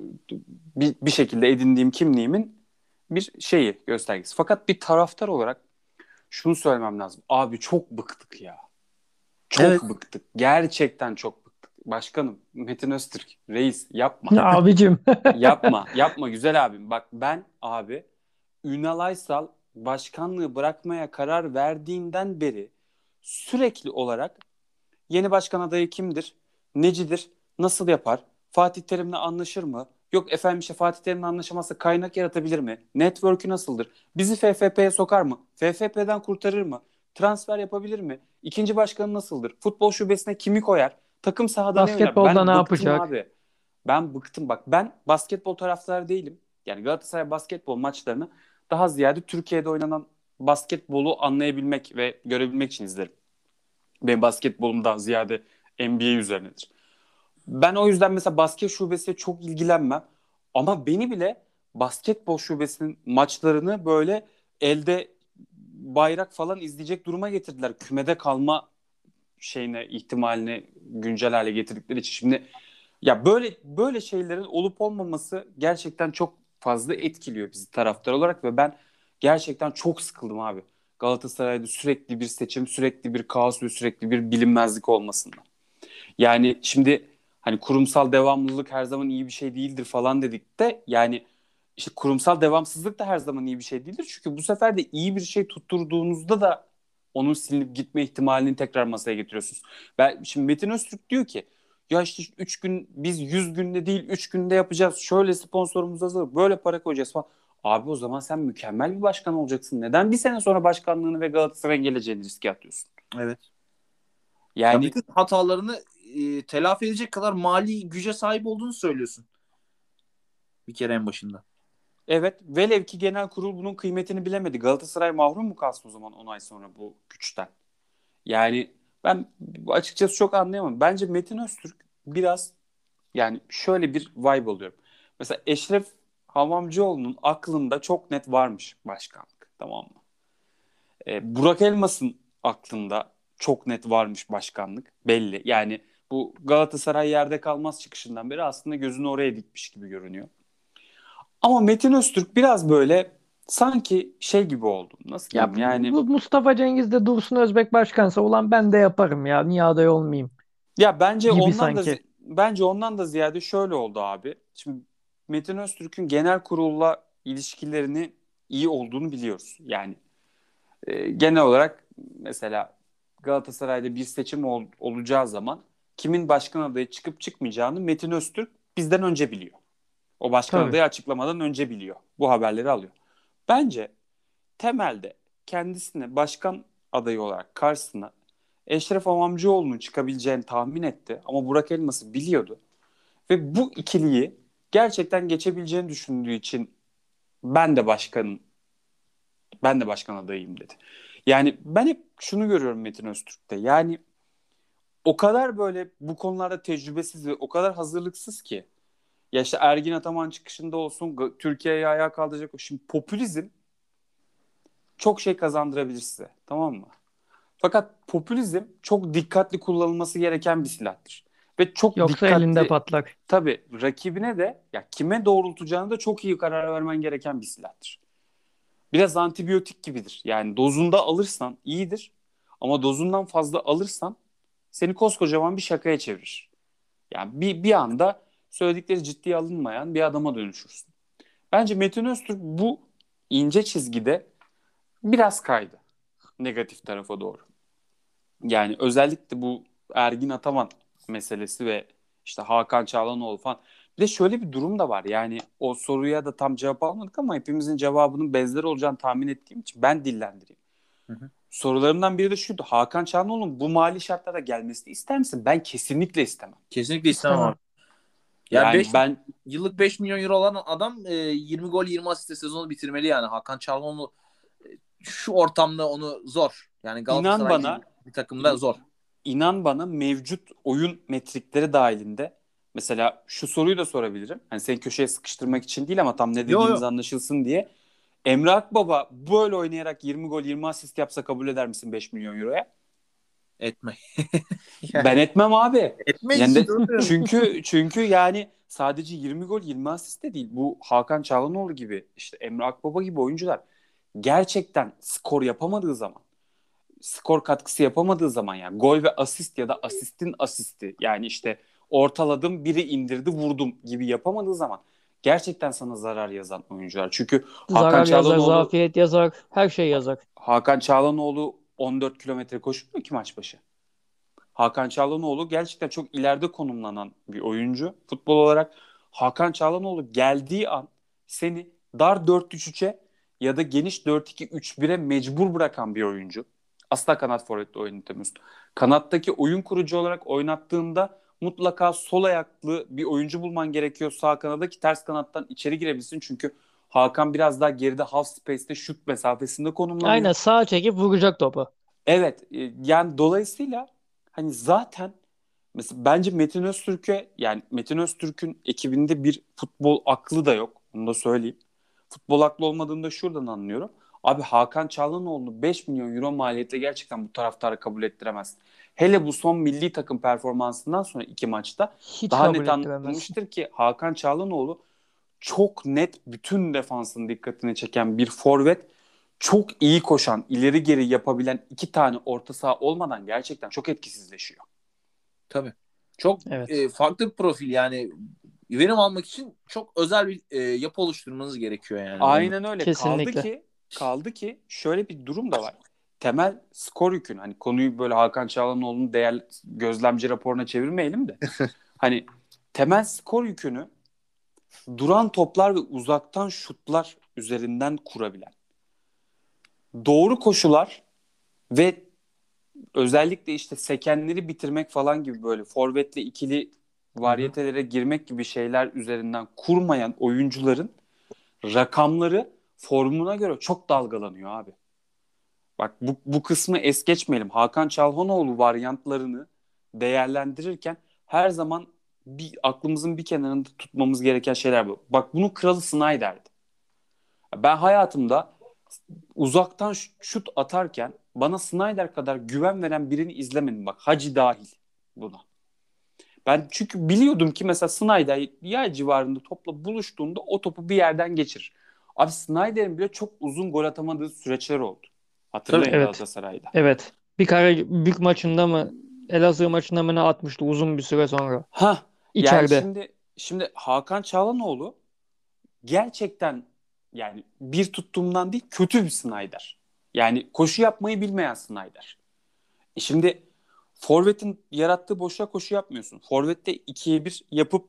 bir şekilde edindiğim kimliğimin bir şeyi göstergesi. Fakat bir taraftar olarak şunu söylemem lazım. Abi çok bıktık ya. Evet. Çok bıktık. Gerçekten çok bıktık. Başkanım Metin Öztürk reis yapma. Abicim. Yapma. Yapma güzel abim. Bak ben abi Ünal Aysal başkanlığı bırakmaya karar verdiğinden beri sürekli olarak yeni başkan adayı kimdir? Necidir? Nasıl yapar? Fatih Terim'le anlaşır mı? Yok efendim işte Fatih Terim'le anlaşamazsa kaynak yaratabilir mi? Network'ü nasıldır? Bizi FFP'ye sokar mı? FFP'den kurtarır mı? Transfer yapabilir mi? İkinci başkanı nasıldır? Futbol şubesine kimi koyar? Takım sahada ne oynar? Basketbolda ne Ben bıktım yapacak? abi. Ben bıktım. Bak ben basketbol taraftarı değilim. Yani Galatasaray basketbol maçlarını daha ziyade Türkiye'de oynanan basketbolu anlayabilmek ve görebilmek için izlerim. Benim basketbolumdan ziyade NBA üzerinedir. Ben o yüzden mesela basket şubesiyle çok ilgilenmem. Ama beni bile basketbol şubesinin maçlarını böyle elde bayrak falan izleyecek duruma getirdiler. Kümede kalma şeyine ihtimalini güncel hale getirdikleri için. Şimdi ya böyle şeylerin olup olmaması gerçekten çok fazla etkiliyor bizi taraftar olarak ve ben gerçekten çok sıkıldım abi. Galatasaray'da sürekli bir seçim, sürekli bir kaos ve sürekli bir bilinmezlik olmasından. Yani şimdi hani kurumsal devamlılık her zaman iyi bir şey değildir falan dedik de yani işte kurumsal devamsızlık da her zaman iyi bir şey değildir. Çünkü bu sefer de iyi bir şey tutturduğunuzda da onun silinip gitme ihtimalini tekrar masaya getiriyorsunuz. Ben şimdi Metin Öztürk diyor ki ya işte 3 gün biz 100 günde değil 3 günde yapacağız. Şöyle sponsorumuz hazır. Böyle para koyacağız falan. Abi o zaman sen mükemmel bir başkan olacaksın. Neden bir sene sonra başkanlığını ve Galatasaray'ın geleceğini riske atıyorsun? Evet. Ya Yani bütün hatalarını telafi edecek kadar mali güce sahip olduğunu söylüyorsun bir kere en başında. evet, velev ki genel kurul bunun kıymetini bilemedi. Galatasaray mahrum mu kalsın o zaman 10 ay sonra bu güçten? Yani ben açıkçası çok anlayamam. Bence Metin Öztürk biraz yani şöyle bir vibe alıyorum. Mesela Eşref Hamamcıoğlu'nun aklında çok net varmış başkanlık. Tamam mı? Burak Elmas'ın aklında çok net varmış başkanlık. Belli. Yani bu Galatasaray yerde kalmaz çıkışından beri aslında gözünü oraya dikmiş gibi görünüyor. Ama Metin Öztürk biraz böyle sanki şey gibi oldu. Nasıl Ya diyeyim yani bu Mustafa Cengiz de Dursun Özbek başkansa ulan ben de yaparım ya. Niye aday olmayayım ya bence gibi ondan da sanki. ziyade şöyle oldu abi. Şimdi Metin Öztürk'ün genel kurulla ilişkilerini iyi olduğunu biliyoruz. Yani genel olarak mesela Galatasaray'da bir seçim olacağı zaman kimin başkan adayı çıkıp çıkmayacağını Metin Öztürk bizden önce biliyor. O başkan Tabii. adayı açıklamadan önce biliyor. Bu haberleri alıyor. Bence temelde kendisine başkan adayı olarak karşısına Eşref Amamcıoğlu'nun çıkabileceğini tahmin etti. Ama Burak Elmas'ı biliyordu. Ve bu ikiliyi gerçekten geçebileceğini düşündüğü için ben de başkanım, ben de başkan adayıyım dedi. Yani ben hep şunu görüyorum Metin Öztürk'te. Yani o kadar böyle bu konularda tecrübesiz ve o kadar hazırlıksız ki. Ya işte Ergin Ataman çıkışında olsun, Türkiye'yi ayağa kaldıracak. Şimdi popülizm çok şey kazandırabilir size. Tamam mı? Fakat popülizm çok dikkatli kullanılması gereken bir silahtır. Ve çok Yoksa elinde dikkatli, patlar. tabii rakibine de ya kime doğrultacağını da çok iyi karar vermen gereken bir silahtır. Biraz antibiyotik gibidir. Yani dozunda alırsan iyidir ama dozundan fazla alırsan seni koskocaman bir şakaya çevirir. Yani bir anda söyledikleri ciddiye alınmayan bir adama dönüşürsün. Bence Metin Öztürk bu ince çizgide biraz kaydı negatif tarafa doğru. Yani özellikle bu Ergin Ataman meselesi ve işte Hakan Çağlanoğlu falan. Bir de şöyle bir durum da var. Yani o soruya da tam cevap almadık ama hepimizin cevabının benzer olacağını tahmin ettiğim için ben dillendireyim. Hı hı. Sorularımdan biri de şuydu. Hakan Çağlanoğlu'nun bu mali şartlarda gelmesini ister misin? Ben kesinlikle istemem. Kesinlikle istemem İstemem. abi. Ya Yani 5 ben yıllık 5 milyon euro olan adam 20 gol 20 asist sezonu bitirmeli yani. Hakan Çalhanoğlu şu ortamda onu zor. Yani inan Galatasaray gibi bana bir takımda in- zor. inan bana mevcut oyun metrikleri dahilinde mesela şu soruyu da sorabilirim. Hani seni köşeye sıkıştırmak için değil ama tam ne Yo dediğimiz yo. anlaşılsın diye. Emre Akbaba böyle oynayarak 20 gol 20 asist yapsa kabul eder misin 5 milyon euroya? Etme. Ben Yani etmem abi. etme Yani işte. de, çünkü yani sadece 20 gol 20 asist de değil. Bu Hakan Çalhanoğlu gibi işte Emre Akbaba gibi oyuncular gerçekten skor yapamadığı zaman, skor katkısı yapamadığı zaman yani gol ve asist ya da asistin asisti yani işte ortaladım biri indirdi vurdum gibi yapamadığı zaman gerçekten sana zarar yazan oyuncular. Çünkü Zarar yazar, zafiyet yazar, her şey yazar. Hakan Çağlanoğlu 14 kilometre koşmuyor ki maç başı. Hakan Çağlanoğlu gerçekten çok ileride konumlanan bir oyuncu. Futbol olarak Hakan Çağlanoğlu geldiği an seni dar 4-3-3'e ya da geniş 4-2-3-1'e mecbur bırakan bir oyuncu. Asla kanat forvetle oynatamıyorsun. Kanattaki oyun kurucu olarak oynattığında mutlaka sol ayaklı bir oyuncu bulman gerekiyor sağ kanada ki ters kanattan içeri girebilsin. Çünkü Hakan biraz daha geride half space'te şut mesafesinde konumlanıyor. Aynen sağa çekip vuracak topu. Evet, yani dolayısıyla hani zaten mesela bence Metin Öztürk'e yani Metin Öztürk'ün ekibinde bir futbol aklı da yok. Onu da söyleyeyim. Futbol aklı olmadığını da şuradan anlıyorum. Abi Hakan Çalhanoğlu'nu 5 milyon euro maliyetle gerçekten bu taraftarı kabul ettiremez. Hele bu son milli takım performansından sonra iki maçta Hiç daha kabul net ettiremezsin. anlaşılmıştır ki Hakan Çalhanoğlu çok net bütün defansın dikkatini çeken bir forvet. Çok iyi koşan, ileri geri yapabilen iki tane orta saha olmadan gerçekten çok etkisizleşiyor. Tabii. Çok Evet. farklı bir profil yani verim almak için çok özel bir yapı oluşturmanız gerekiyor yani onu. Aynen öyle. Kesinlikle. Kaldı ki şöyle bir durum da var. Temel skor yükün hani konuyu böyle Hakan Çağlanoğlu'nun değerli gözlemci raporuna çevirmeyelim de hani temel skor yükünü duran toplar ve uzaktan şutlar üzerinden kurabilen doğru koşular ve özellikle işte sekenleri bitirmek falan gibi böyle forvetle ikili Hı hı. varyetelere girmek gibi şeyler üzerinden kurmayan oyuncuların rakamları formuna göre çok dalgalanıyor abi. Bak bu kısmı es geçmeyelim. Hakan Çalhanoğlu varyantlarını değerlendirirken her zaman bir aklımızın bir kenarında tutmamız gereken şeyler bu. Bak bunun kralı Snyder'di. Ben hayatımda uzaktan şut atarken bana Snyder kadar güven veren birini izlemedim bak. Hacı dahil buna. Ben çünkü biliyordum ki mesela Snyder yer civarında topla buluştuğunda o topu bir yerden geçirir. Abi Snyder'in bile çok uzun gol atamadığı süreçler oldu. Tabii. Hatırlayın Evet. Galatasaray'da. Evet. Bir kare büyük maçında mı Elazığ maçında mı ne atmıştı uzun bir süre sonra. Ha yani İçeride. şimdi Hakan Çalhanoğlu gerçekten yani bir tuttuğumdan değil kötü bir Snyder. Yani koşu yapmayı bilmeyen Snyder. Şimdi forvetin yarattığı boşluğa koşu yapmıyorsun. Forvette 2'ye 1 yapıp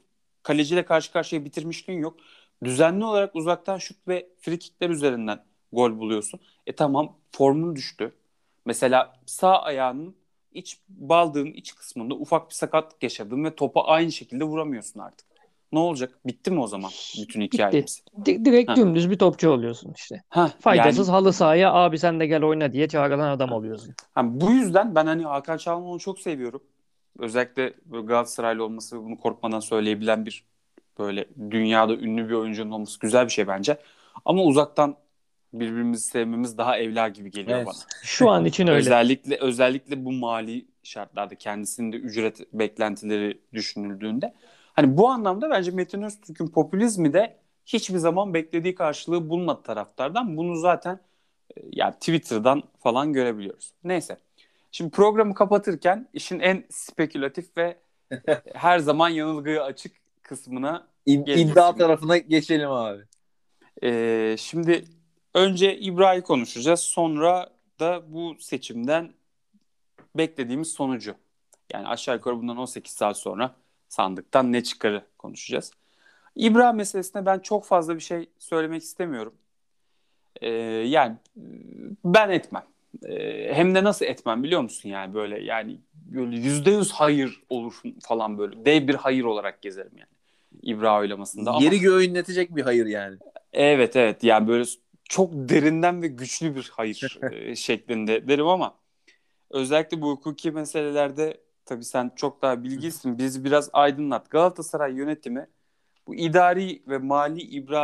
kaleciyle karşı karşıya bitirmişliğin yok. Düzenli olarak uzaktan şut ve frikikler üzerinden gol buluyorsun. Tamam, formun düştü. Mesela sağ ayağının baldığın iç kısmında ufak bir sakatlık yaşadın ve topa aynı şekilde vuramıyorsun artık. Ne olacak? Bitti mi o zaman bütün Bitti. hikayemiz? Direkt Ha. dümdüz bir topçu oluyorsun işte. Faydasız Yani halı sahaya abi sen de gel oyna diye çağrılan adam oluyorsun. bu yüzden ben hani Hakan Çalhanoğlu'nu çok seviyorum. Özellikle böyle Galatasaraylı olması ve bunu korkmadan söyleyebilen bir böyle dünyada ünlü bir oyuncunun olması güzel bir şey bence. Ama uzaktan birbirimizi sevmemiz daha evla gibi geliyor bana. Evet. Şu an için öyle. Özellikle bu mali şartlarda kendisinin de ücret beklentileri düşünüldüğünde. Hani bu anlamda bence Metin Öztürk'ün popülizmi de hiçbir zaman beklediği karşılığı bulmadı taraftardan. Bunu zaten yani Twitter'dan falan görebiliyoruz. Neyse. Şimdi programı kapatırken işin en spekülatif ve her zaman yanılgıya açık kısmına geleceğiz İddia şimdi. tarafına geçelim abi. Şimdi önce İbrahim'i konuşacağız. Sonra da bu seçimden beklediğimiz sonucu. Yani aşağı yukarı bundan 18 saat sonra sandıktan ne çıkarı konuşacağız. İbrahim meselesine ben çok fazla bir şey söylemek istemiyorum. Yani ben etmem. Hem de nasıl etmem biliyor musun, yani böyle, yani böyle %100 hayır olur falan, böyle dev bir hayır olarak gezerim yani İbrahim oylamasında. Ama Yeri göğü inletecek bir hayır yani. evet yani böyle çok derinden ve güçlü bir hayır şeklinde derim. Ama özellikle bu hukuki meselelerde tabii sen çok daha bilgilisin, bizi biraz aydınlat. Galatasaray yönetimi bu idari ve mali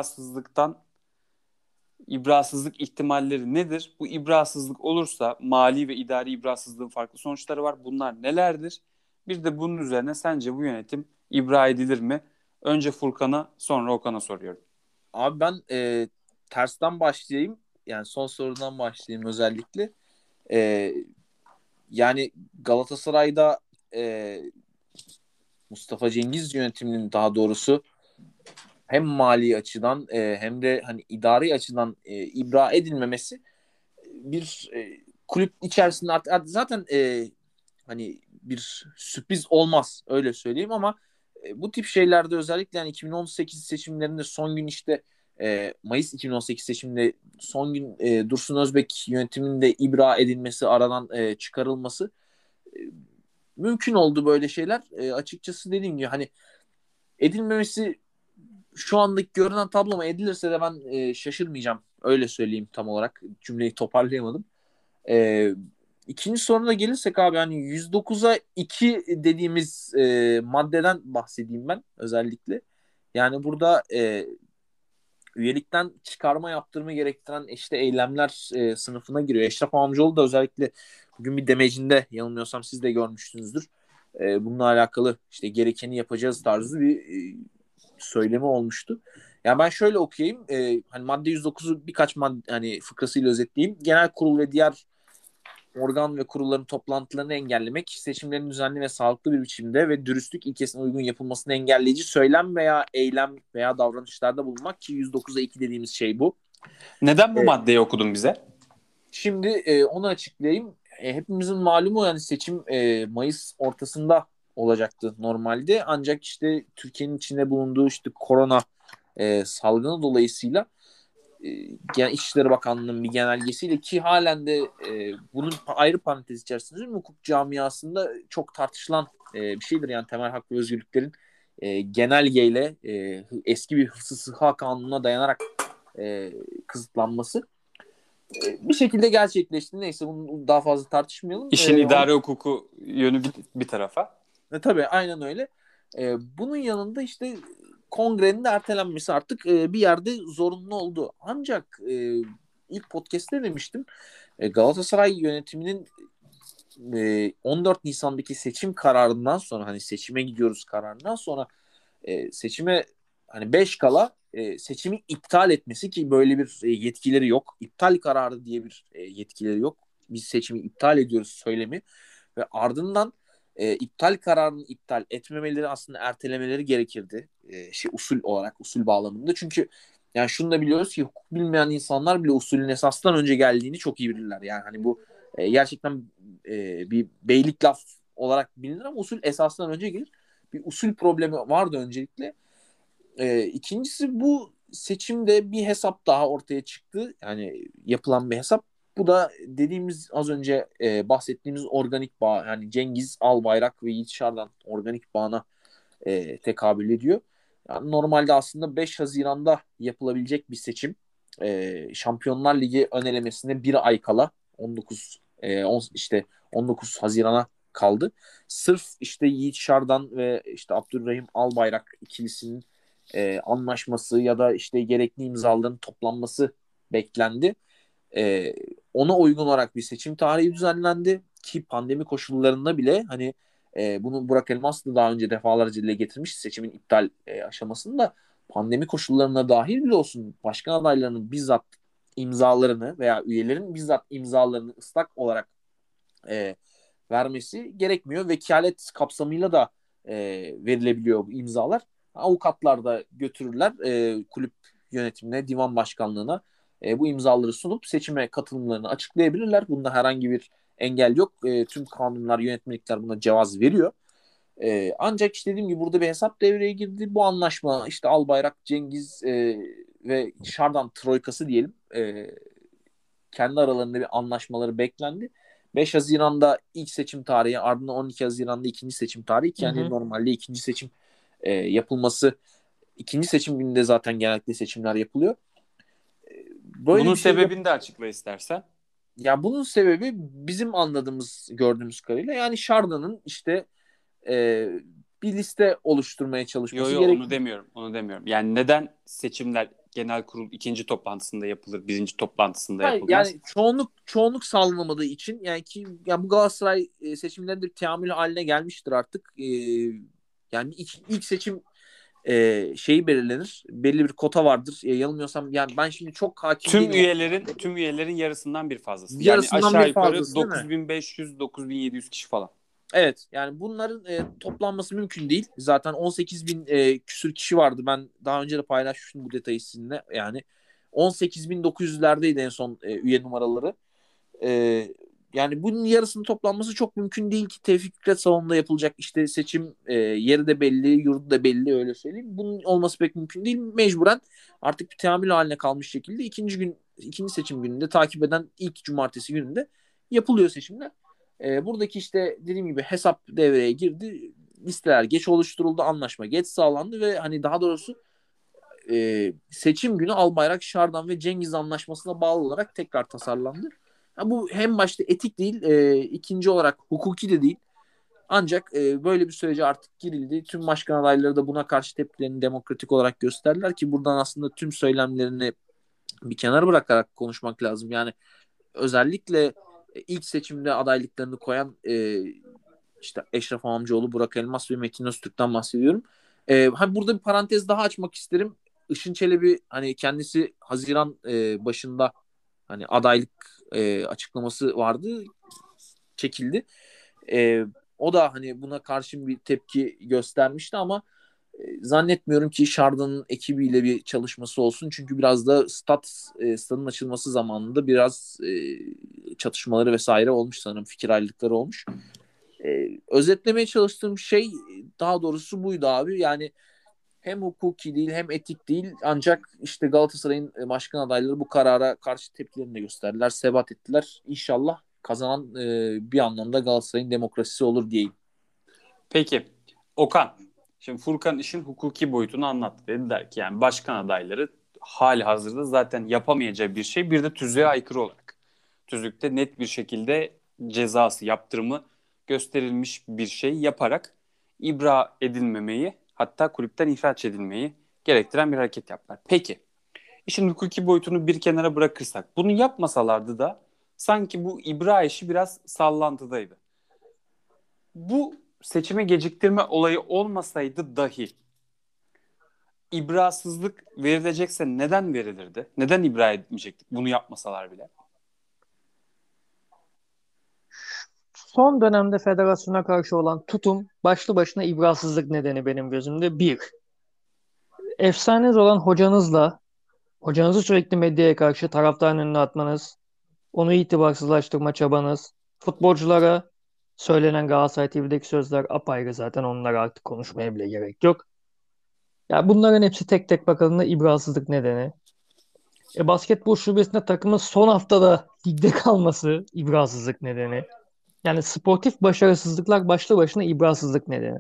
ibrasızlık ihtimalleri nedir? Bu ibrasızlık olursa mali ve idari ibrasızlığın farklı sonuçları var. Bunlar nelerdir? Bir de bunun üzerine sence bu yönetim ibra edilir mi? Önce Furkan'a, sonra Okan'a soruyorum. Abi ben tersten başlayayım. Yani son sorudan başlayayım özellikle. E, Yani Galatasaray'da Mustafa Cengiz yönetiminin daha doğrusu hem mali açıdan hem de hani idari açıdan ibra edilmemesi bir kulüp içerisinde zaten hani bir sürpriz olmaz öyle söyleyeyim ama bu tip şeylerde özellikle yani 2018 seçimlerinde son gün işte Mayıs 2018 seçiminde son gün Dursun Özbek yönetiminde ibra edilmesi, aradan çıkarılması e, mümkün oldu böyle şeyler. Açıkçası dediğim gibi hani edilmemesi şu andaki görünen tablo mu edilirse de ben şaşırmayacağım. Öyle söyleyeyim tam olarak. Cümleyi toparlayamadım. E, ikinci soruna gelirsek abi hani 109'a 2 dediğimiz maddeden bahsedeyim ben özellikle. Yani burada üyelikten çıkarma yaptırımı gerektiren işte eylemler sınıfına giriyor. Eşref Amcaoğlu da özellikle bugün bir demecinde yanılmıyorsam siz de görmüşsünüzdür. Bununla alakalı işte gerekeni yapacağız tarzı bir söylemi olmuştu. Yani ben şöyle okuyayım. Hani madde 109'u birkaç madde hani fıkrasıyla özetleyeyim. Genel kurul ve diğer organ ve kurulların toplantılarını engellemek, seçimlerin düzenli ve sağlıklı bir biçimde ve dürüstlük ilkesine uygun yapılmasını engelleyici söylem veya eylem veya davranışlarda bulunmak ki 109'a 2 dediğimiz şey bu. Neden bu Evet. maddeyi okudun bize? Şimdi onu açıklayayım. Hepimizin malumu yani seçim Mayıs ortasında olacaktı normalde. Ancak işte Türkiye'nin içinde bulunduğu işte korona salgını dolayısıyla İçişleri Bakanlığı'nın bir genelgesiyle ki halen de bunun ayrı parantez içerisinde hukuk camiasında çok tartışılan bir şeydir. Yani temel hak ve özgürlüklerin genelgeyle eski bir hıfzı sıha kanununa dayanarak kısıtlanması bir şekilde gerçekleşti. Neyse bunu daha fazla tartışmayalım. İşin idare hukuku yönü bir tarafa. Tabii aynen öyle. Bunun yanında işte kongrenin de ertelenmesi artık bir yerde zorunlu oldu. Ancak ilk podcast'te demiştim. Galatasaray yönetiminin 14 Nisan'daki seçim kararından sonra hani seçime gidiyoruz kararından sonra seçime hani 5 kala seçimi iptal etmesi ki böyle bir yetkileri yok. İptal kararı diye bir yetkileri yok. Biz seçimi iptal ediyoruz söylemi ve ardından iptal kararını iptal etmemeleri aslında ertelemeleri gerekirdi. Usul olarak usul bağlamında. Çünkü yani şunu da biliyoruz ki hukuk bilmeyen insanlar bile usulün esasdan önce geldiğini çok iyi bilirler. Yani hani bu gerçekten bir beylik laf olarak bilinir ama usul esasdan önce gelir. Bir usul problemi vardı öncelikle. İkincisi bu seçimde bir hesap daha ortaya çıktı. Yani yapılan bir hesap. Bu da dediğimiz az önce bahsettiğimiz organik bağ. Yani Cengiz Albayrak ve Yiğit Şardan organik bağına tekabül ediyor. Yani normalde aslında 5 Haziran'da yapılabilecek bir seçim. Şampiyonlar Ligi ön elemesine bir ay kala 19 Haziran'a kaldı. Sırf işte Yiğit Şardan ve işte Abdurrahim Albayrak ikilisinin anlaşması ya da işte gerekli imzaların toplanması beklendi. E, Ona uygun olarak bir seçim tarihi düzenlendi ki pandemi koşullarında bile hani bunu Burak Elmas da daha önce defalarca dile getirmiş seçimin iptal aşamasında pandemi koşullarına dahil bile olsun başkan adaylarının bizzat imzalarını veya üyelerin bizzat imzalarını ıslak olarak e, vermesi gerekmiyor. Vekalet kapsamıyla da verilebiliyor bu imzalar. Avukatlar da götürürler kulüp yönetimine, divan başkanlığına bu imzaları sunup seçime katılımlarını açıklayabilirler. Bunda herhangi bir engel yok. Tüm kanunlar, yönetmelikler buna cevaz veriyor. Ancak işte dediğim gibi burada bir hesap devreye girdi. Bu anlaşma işte Albayrak, Cengiz ve Şardan troikası diyelim. Kendi aralarında bir anlaşmaları beklendi. 5 Haziran'da ilk seçim tarihi, ardından 12 Haziran'da ikinci seçim tarihi. Hı Yani hı. normalde ikinci seçim yapılması, ikinci seçim gününde zaten genellikle seçimler yapılıyor. Böyle Bunun bir şey sebebini de açıkla istersen. ya bunun sebebi bizim anladığımız, gördüğümüz kadarıyla yani Şarda'nın işte e, bir liste oluşturmaya Yo çalışması yo gerek. onu demiyorum. Onu demiyorum. Yani neden seçimler genel kurul ikinci toplantısında yapılır, birinci toplantısında Hayır, yapılmaz? yani çoğunluk sağlanamadığı için yani ki yani bu Galatasaray seçimlerinde bir teamül haline gelmiştir artık. Yani ilk seçim şeyi belirlenir. Belli bir kota vardır. Yanılmıyorsam yani ben şimdi çok hakim Tüm değilim. üyelerin yarısından bir fazlası. Yani Yarısından aşağı bir yukarı fazlası değil mi? 9500-9700 kişi falan. Evet, yani bunların toplanması mümkün değil. Zaten 18 bin küsür kişi vardı. Ben daha önce de paylaşmıştım bu detayı sizinle. Yani 18.900'lerdeydi en son üye numaraları. E, Yani bunun yarısının toplanması çok mümkün değil ki Tevfik Fikret Salonu'nda yapılacak işte seçim yeri de belli, yurdu da belli öyle söyleyeyim. Bunun olması pek mümkün değil. Mecburen artık bir teamül haline kalmış şekilde ikinci seçim gününde takip eden ilk cumartesi gününde yapılıyor seçimler. Buradaki işte dediğim gibi hesap devreye girdi. Listeler geç oluşturuldu, anlaşma geç sağlandı ve hani daha doğrusu seçim günü Albayrak, Şardan ve Cengiz anlaşmasına bağlı olarak tekrar tasarlandı. Ha, bu hem başta etik değil, ikinci olarak hukuki de değil. Ancak böyle bir sürece artık girildi. Tüm başkan adayları da buna karşı tepkilerini demokratik olarak gösterdiler ki buradan aslında tüm söylemlerini bir kenara bırakarak konuşmak lazım. Yani özellikle ilk seçimde adaylıklarını koyan işte Eşref Amcaoğlu, Burak Elmas ve Metin Öztürk'ten bahsediyorum. Burada bir parantez daha açmak isterim. Işın Çelebi hani kendisi Haziran başında hani adaylık açıklaması vardı, çekildi. E, O da hani buna karşı bir tepki göstermişti ama zannetmiyorum ki Şarda'nın ekibiyle bir çalışması olsun. Çünkü biraz da stadın açılması zamanında biraz çatışmaları vesaire olmuş sanırım. Fikir ayrılıkları olmuş. Özetlemeye çalıştığım şey daha doğrusu buydu abi. Yani hem hukuki değil hem etik değil ancak işte Galatasaray'ın başkan adayları bu karara karşı tepkilerini de gösterdiler. Sebat ettiler. İnşallah kazanan bir anlamda Galatasaray'ın demokrasisi olur diyeyim. Peki Okan, şimdi Furkan işin hukuki boyutunu anlattı. Dediler ki yani başkan adayları hali hazırda zaten yapamayacağı bir şey bir de tüzüğe aykırı olarak. Tüzükte net bir şekilde cezası, yaptırımı gösterilmiş bir şey yaparak ibra edilmemeyi hatta kulüpten ihraç edilmeyi gerektiren bir hareket yaptılar. Peki işin hukuki boyutunu bir kenara bırakırsak bunu yapmasalardı da sanki bu ibra işi biraz sallantıdaydı. Bu seçime geciktirme olayı olmasaydı dahi ibrasızlık verilecekse neden verilirdi? Neden ibra etmeyecektik bunu yapmasalar bile? Son dönemde federasyona karşı olan tutum başlı başına ibrasızlık nedeni benim gözümde. Bir, efsaneniz olan hocanızı sürekli medyaya karşı taraftarın önüne atmanız, onu itibarsızlaştırma çabanız, futbolculara söylenen Galatasaray TV'deki sözler apayrı zaten onlara artık konuşmaya bile gerek yok. Ya bunların hepsi tek tek bakıldığında ibrasızlık nedeni. Basketbol şubesinde takımın son haftada ligde kalması ibrasızlık nedeni. Yani sportif başarısızlıklar başlı başına ibrasızlık nedeni.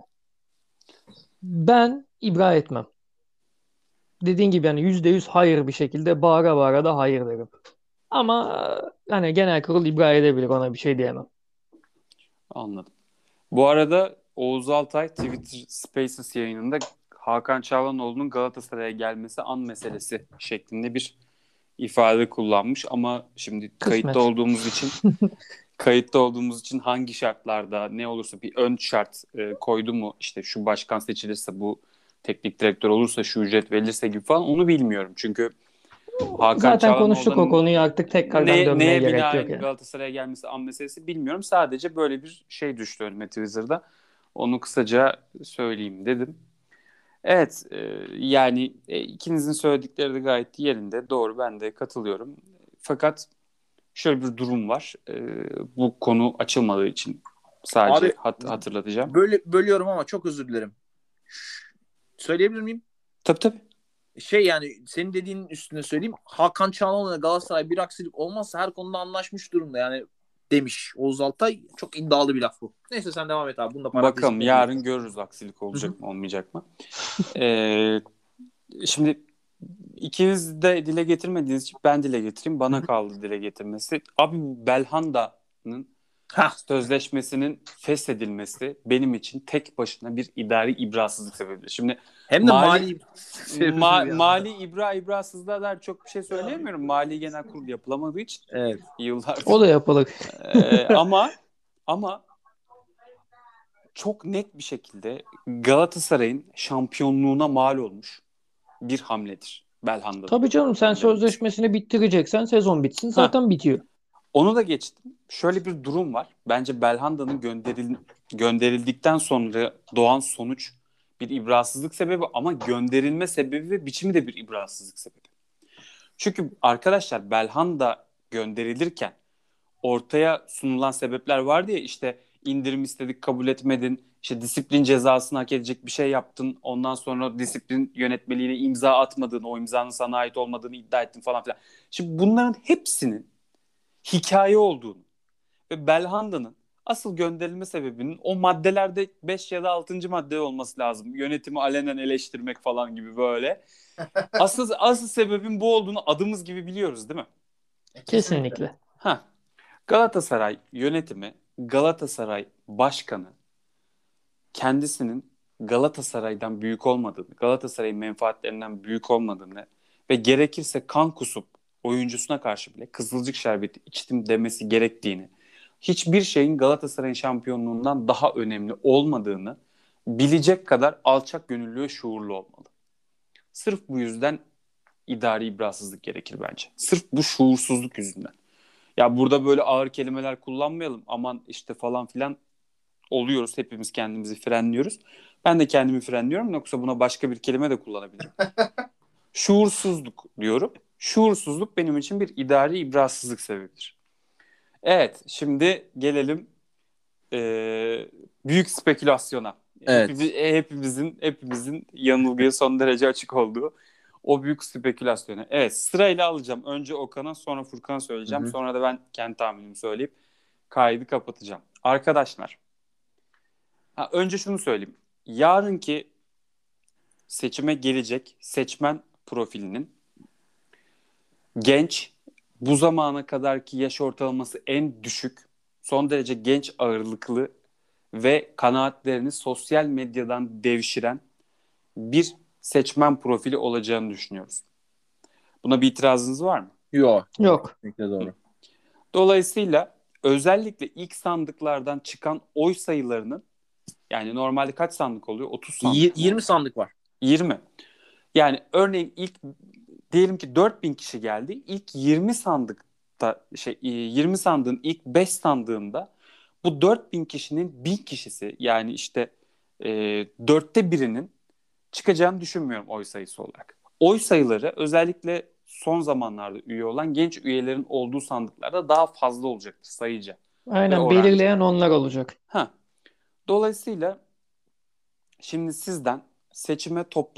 Ben ibra etmem. Dediğin gibi yani %100 hayır bir şekilde bağıra bağıra da hayır derim. Ama hani genel kurul ibra edebilir, ona bir şey diyemem. Anladım. Bu arada Oğuz Altay Twitter Spaces yayınında Hakan Çalhanoğlu'nun Galatasaray'a gelmesi an meselesi şeklinde bir ifade kullanmış ama şimdi Kısmet. kayıtta olduğumuz için hangi şartlarda ne olursa bir ön şart koydu mu, işte şu başkan seçilirse, bu teknik direktör olursa şu ücret verilirse gibi falan, onu bilmiyorum. Çünkü Hakan Zaten konuştuk o Çalhanoğlu'nun konuyu, artık tekrardan dönmeye neye gerek yok binaen yani. Galatasaray'a gelmesi an meselesi bilmiyorum. Sadece böyle bir şey düştü önüme Twitter'da. Onu kısaca söyleyeyim dedim. Evet, yani ikinizin söyledikleri de gayet yerinde. Doğru, ben de katılıyorum. Fakat şöyle bir durum var. Bu konu açılmadığı için sadece Abi hatırlatacağım. böyle bölüyorum ama çok özür dilerim. Söyleyebilir miyim? Tabii tabii. Yani senin dediğinin üstüne söyleyeyim. Hakan Çalhanoğlu'na Galatasaray bir aksilik olmazsa her konuda anlaşmış durumda yani demiş Oğuz Altay. Çok iddialı bir laf bu. Neyse sen devam et abi. Bunu da Bakalım, parantezine koyayım. yarın görürüz aksilik Hı hı. olacak mı olmayacak mı. Ee, Şimdi ikiniz de dile getirmediğiniz için ben dile getireyim. Hı Bana hı. kaldı dile getirmesi. Abi, Belhanda'nın Hah. sözleşmesinin feshedilmesi benim için tek başına bir idari ibrasızlık sebebidir. Şimdi Hem de mali mali sebebi bir anda. mali ibrasızlığa dair çok bir şey söyleyemiyorum. Mali Genel Kurul yapılamadığı için Evet. yıllardır. O da yapılır. Ama çok net bir şekilde Galatasaray'ın şampiyonluğuna mal olmuş bir hamledir Belhanda'nın Tabii canım, sen gönderilmesi. sözleşmesini bittireceksen sezon bitsin, Ha, zaten bitiyor. onu da geçtim. Şöyle bir durum var. Bence Belhanda'nın gönderildikten sonra doğan sonuç bir ibrasızlık sebebi, ama gönderilme sebebi ve biçimi de bir ibrasızlık sebebi. Çünkü arkadaşlar, Belhanda gönderilirken ortaya sunulan sebepler vardı ya, işte indirim istedik kabul etmedin, işte disiplin cezasını hak edecek bir şey yaptın, ondan sonra disiplin yönetmeliğine imza atmadığını, o imzanın sana ait olmadığını iddia ettin falan filan. Şimdi bunların hepsinin hikaye olduğunu ve Belhanda'nın asıl gönderilme sebebinin o maddelerde 5 ya da 6. madde olması lazım. Yönetimi alenen eleştirmek falan gibi böyle. Asıl sebebin bu olduğunu adımız gibi biliyoruz, değil mi? Kesinlikle. Kesinlikle. Ha. Galatasaray yönetimi, Galatasaray başkanı kendisinin Galatasaray'dan büyük olmadığını, Galatasaray'ın menfaatlerinden büyük olmadığını ve gerekirse kan kusup oyuncusuna karşı bile Kızılcık şerbeti içtim demesi gerektiğini, hiçbir şeyin Galatasaray'ın şampiyonluğundan daha önemli olmadığını bilecek kadar alçak gönüllü ve şuurlu olmalı. Sırf bu yüzden idari ibrasızlık gerekir bence. Sırf bu şuursuzluk yüzünden. Ya burada böyle ağır kelimeler kullanmayalım, aman işte falan filan oluyoruz. Hepimiz kendimizi frenliyoruz. Ben de kendimi frenliyorum. Yoksa buna başka bir kelime de kullanabilirim. Şuursuzluk diyorum. Şuursuzluk benim için bir idari ibrasızlık sebebidir. Evet, şimdi gelelim büyük spekülasyona. Evet. Hepimizin yanılgıya son derece açık olduğu o büyük spekülasyona. Evet, sırayla alacağım. Önce Okan'a, sonra Furkan'a Hı söyleyeceğim. hı. Sonra da ben kendi tahminimi söyleyip kaydı kapatacağım. Arkadaşlar, önce şunu söyleyeyim. Yarınki seçime gelecek seçmen profilinin genç, bu zamana kadarki yaş ortalaması en düşük, son derece genç ağırlıklı ve kanaatlerini sosyal medyadan devşiren bir seçmen profili olacağını düşünüyoruz. Buna bir itirazınız var mı? Yok. Yok. Kesinlikle doğru. Dolayısıyla özellikle ilk sandıklardan çıkan oy sayılarının, yani normalde kaç sandık oluyor? 30 sandık mı 20 oluyor? sandık var. 20. Yani örneğin diyelim ki 4.000 kişi geldi. İlk 20 sandıkta 20 sandığın ilk 5 sandığında bu 4.000 kişinin 1.000 kişisi, yani işte e, dörtte birinin çıkacağını düşünmüyorum oy sayısı olarak. Oy sayıları özellikle son zamanlarda üye olan genç üyelerin olduğu sandıklarda daha fazla olacaktır sayıca ve Aynen, oranca. belirleyen onlar olacak. Ha. Dolayısıyla şimdi sizden seçime toplam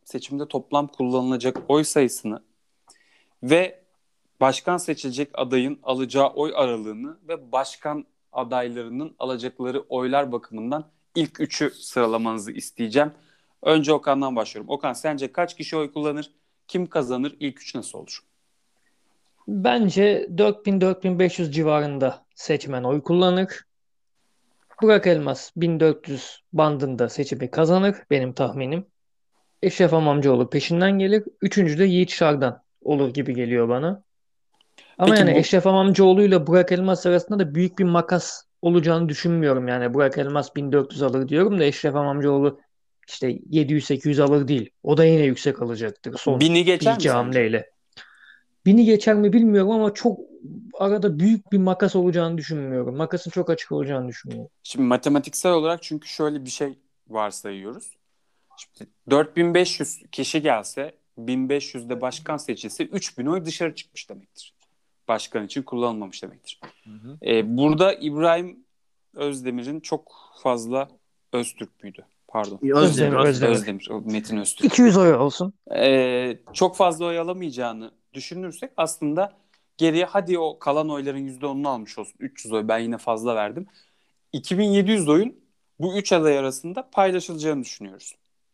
seçimde toplam kullanılacak oy sayısını ve başkan seçilecek adayın alacağı oy aralığını ve başkan adaylarının alacakları oylar bakımından ilk üçü sıralamanızı isteyeceğim. Önce Okan'dan başlıyorum. Okan, sence kaç kişi oy kullanır? Kim kazanır? İlk üç nasıl olur? Bence 4000-4500 civarında seçmen oy kullanır. Burak Elmas 1400 bandında seçimi kazanır benim tahminim. Eşref Amamcıoğlu peşinden gelir. Üçüncü de Yiğit Şardan olur gibi geliyor bana. Ama Peki yani bu Eşref Amamcıoğlu ile Burak Elmas arasında da büyük bir makas olacağını düşünmüyorum. Yani Burak Elmas 1400 alır diyorum da Eşref Amamcıoğlu işte 700-800 alır değil. O da yine yüksek alacaktır son bini bir geçer mi iki sence? hamleyle. Bini geçer mi bilmiyorum ama çok arada büyük bir makas olacağını düşünmüyorum. Makasın çok açık olacağını düşünmüyorum. Şimdi matematiksel olarak çünkü şöyle bir şey varsayıyoruz. Şimdi 4500 kişi gelse 1500'de başkan seçilse 3000 oy dışarı çıkmış demektir. Başkan için kullanılmamış demektir. Hı hı. Burada İbrahim Özdemir'in çok fazla Öztürk müydü? Pardon. Özdemir. Özdemir. O Metin Öztürk. 200 oy olsun. Çok fazla oy alamayacağını düşünürsek aslında geriye hadi o kalan oyların %10'unu almış olsun. 300 oy ben yine fazla verdim. 2700 oyun bu üç aday arasında paylaşılacağını düşünüyoruz.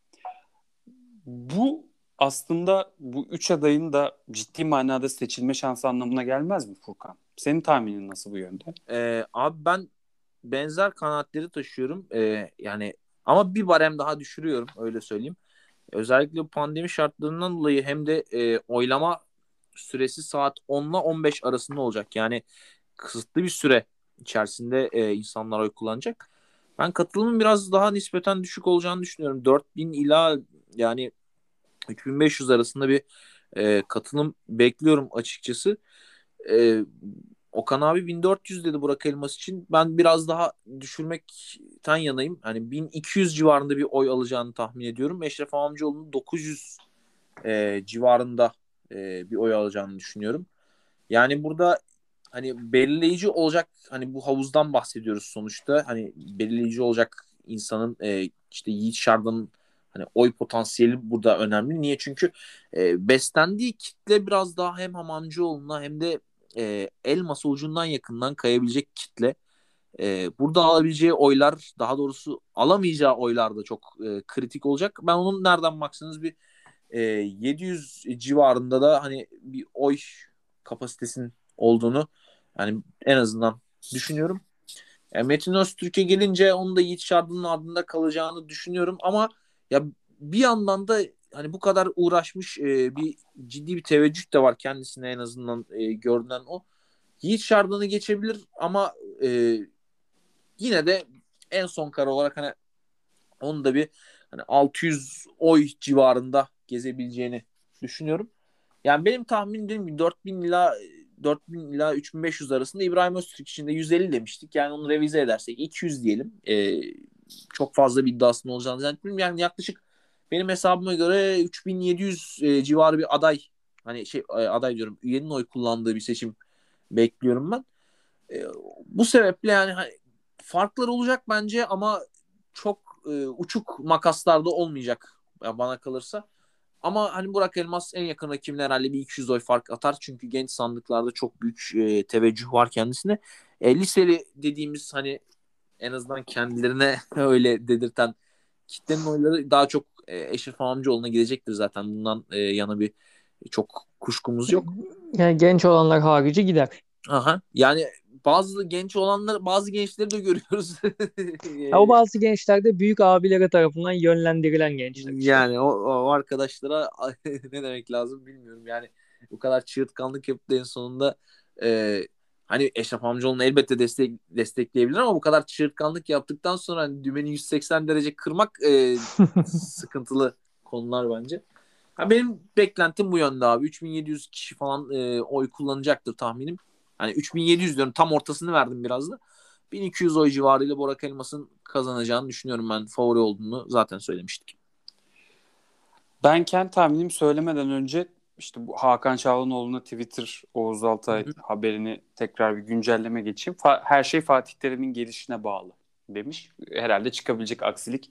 Bu aslında bu üç adayın da ciddi manada seçilme şansı anlamına gelmez mi Furkan? Senin tahminin nasıl bu yönde? Abi ben benzer kanaatleri taşıyorum. Yani ama bir barem daha düşürüyorum, öyle söyleyeyim. Özellikle bu pandemi şartlarından dolayı hem de oylama süresi saat 10 ile 15 arasında olacak. Yani kısıtlı bir süre içerisinde insanlar oy kullanacak. Ben katılımın biraz daha nispeten düşük olacağını düşünüyorum. 4000 ila yani 3500 arasında bir katılım bekliyorum açıkçası. E, Okan abi 1400 dedi Burak Elmas için. Ben biraz daha düşürmekten yanayım. Hani 1200 civarında bir oy alacağını tahmin ediyorum. Eşref Amamcıoğlu'nun 900 civarında bir oy alacağını düşünüyorum. Yani burada hani belirleyici olacak, hani bu havuzdan bahsediyoruz sonuçta. Hani belirleyici olacak insanın işte Yiğit Şardan'ın hani oy potansiyeli burada önemli. Niye? Çünkü beslendiği kitle biraz daha hem Hamamcıoğlu'na hem de Elmas ucundan yakından kayabilecek kitle. Burada alabileceği oylar, daha doğrusu alamayacağı oylar da çok kritik olacak. Ben onun nereden baksanız bir 700 civarında da hani bir oy kapasitesinin olduğunu yani en azından düşünüyorum. Metin Öztürk'e gelince onun da Yiğit Şardı'nın ardında kalacağını düşünüyorum ama ya bir yandan da hani bu kadar uğraşmış, bir ciddi bir teveccüh de var kendisine, en azından görünen o. Yiğit Şardı'nı geçebilir ama yine de en son karar olarak hani onu da bir hani 600 oy civarında gezebileceğini düşünüyorum. Yani benim tahminim dediğim gibi 4000 ila 3500 arasında. İbrahim Öztürk için de 150 demiştik. Yani onu revize edersek 200 diyelim. Çok fazla bir iddiasının olacağını zannetmiyorum. Yani yaklaşık benim hesabıma göre 3700 civarı bir aday, hani aday diyorum, üyenin oy kullandığı bir seçim bekliyorum ben. E, Bu sebeple yani hani farklar olacak bence ama çok uçuk makaslarda olmayacak bana kalırsa. Ama hani Burak Elmas en yakın rakibine herhalde bir 200 oy fark atar. Çünkü genç sandıklarda çok büyük teveccüh var kendisine. Liseli dediğimiz hani en azından kendilerine öyle dedirten kitlenin oyları daha çok Eşref Amamcıoğlu'na gidecektir zaten. Bundan yana bir çok kuşkumuz yok. Yani genç olanlar harici gider. Aha. Yani bazı gençleri de görüyoruz. Ya o bazı gençler de büyük abileri tarafından yönlendirilen gençler işte. Yani o arkadaşlara ne demek lazım bilmiyorum. Yani bu kadar çığırtkanlık yapıp da en sonunda e, hani Eşref Amcaoğlu'nu elbette destekleyebilir ama bu kadar çığırtkanlık yaptıktan sonra hani dümeni 180 derece kırmak sıkıntılı konular bence. Ha, benim beklentim bu yönde abi. 3700 kişi falan oy kullanacaktır tahminim. Hani 3700 diyorum, tam ortasını verdim biraz da. 1200 oy civarıyla Burak Elmas'ın kazanacağını düşünüyorum ben. Favori olduğunu zaten söylemiştik. Ben kendi tahminimi söylemeden önce işte bu Hakan Çalhanoğlu'na Twitter Oğuz Altay haberini tekrar bir güncelleme geçeyim. Her şey Fatih Terim'in gelişine bağlı demiş. Herhalde çıkabilecek aksilik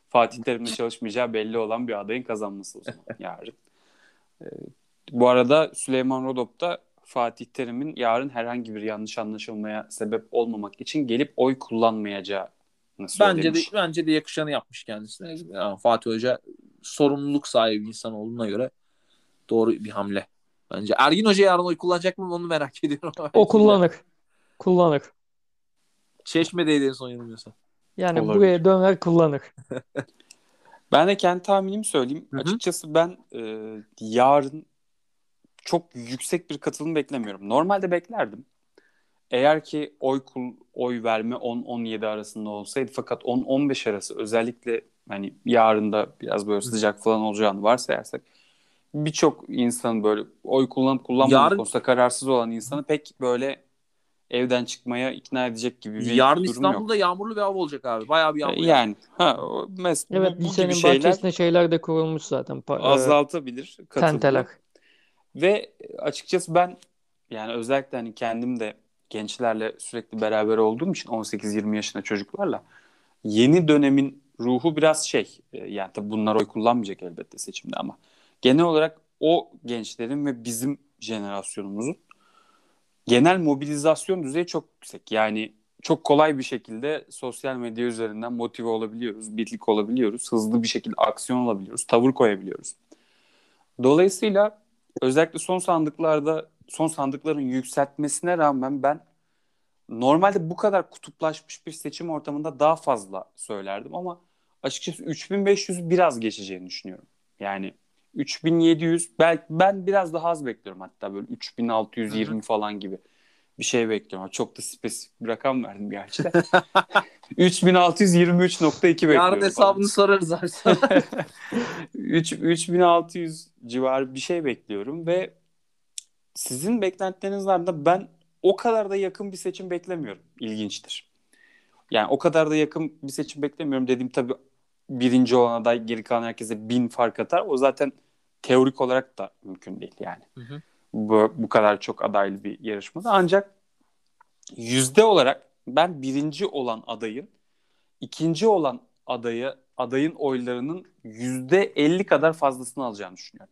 Fatih Terim'le çalışmayacağı belli olan bir adayın kazanması o zaman yarın. Bu arada Süleyman Rodop da Fatih Terim'in yarın herhangi bir yanlış anlaşılmaya sebep olmamak için gelip oy kullanmayacağını söylemiş. Bence de yakışanı yapmış kendisine. Yani Fatih Hoca sorumluluk sahibi bir insan olduğuna göre doğru bir hamle. Bence Ergin Hoca yarın oy kullanacak mı onu merak ediyorum. O kullanır. Kullanır. Çeşme'deydi en son yanılmıyorsam. Yani Olabilir. buraya döner kullanır. Ben de kendi tahminimi söyleyeyim. Hı hı. Açıkçası ben yarın çok yüksek bir katılım beklemiyorum. Normalde beklerdim. Eğer ki oy verme 10-17 arasında olsaydı, fakat 10-15 arası, özellikle hani yarın da biraz böyle sıcak falan olacağını varsayarsak, birçok insan böyle oy kullanmama Yarın konusunda kararsız olan insanı pek böyle evden çıkmaya ikna edecek gibi bir yarın durum yok. İstanbul'da yağmurlu bir hava olacak abi. Bayağı bir yağmur yağacak. Yani Evet, bu gibi lisenin şeyler bahçesinde şeyler de kurulmuş zaten. azaltabilir Tenteler. katılımı. Ve açıkçası ben, yani özellikle hani kendim de gençlerle sürekli beraber olduğum için, 18-20 yaşında çocuklarla, yeni dönemin ruhu biraz yani tabii bunlar oy kullanmayacak elbette seçimde, ama genel olarak o gençlerin ve bizim jenerasyonumuzun genel mobilizasyon düzeyi çok yüksek. Yani çok kolay bir şekilde sosyal medya üzerinden motive olabiliyoruz, birlik olabiliyoruz, hızlı bir şekilde aksiyon alabiliyoruz, tavır koyabiliyoruz. Dolayısıyla özellikle son sandıkların yükseltmesine rağmen ben normalde bu kadar kutuplaşmış bir seçim ortamında daha fazla söylerdim, ama açıkçası 3500 biraz geçeceğini düşünüyorum. Yani 3700, belki ben biraz daha az bekliyorum, hatta böyle Hı hı. 3620 falan gibi bir şey bekliyorum. Çok da spesifik bir rakam verdim gerçi de. 3623.2 Yarın bekliyorum falan. hesabını sorarız abi sana. 3600 civarı bir şey bekliyorum ve sizin beklentileriniz var da ben o kadar da yakın bir seçim beklemiyorum. İlginçtir. Yani o kadar da yakın bir seçim beklemiyorum dediğim, tabii birinci olan aday geri kalan herkese 1000 fark atar. O zaten teorik olarak da mümkün değil yani. Hı hı. Bu kadar çok adaylı bir yarışmada. Ancak yüzde olarak ben birinci olan adayın ikinci olan adayın oylarının %50 kadar fazlasını alacağını düşünüyorum.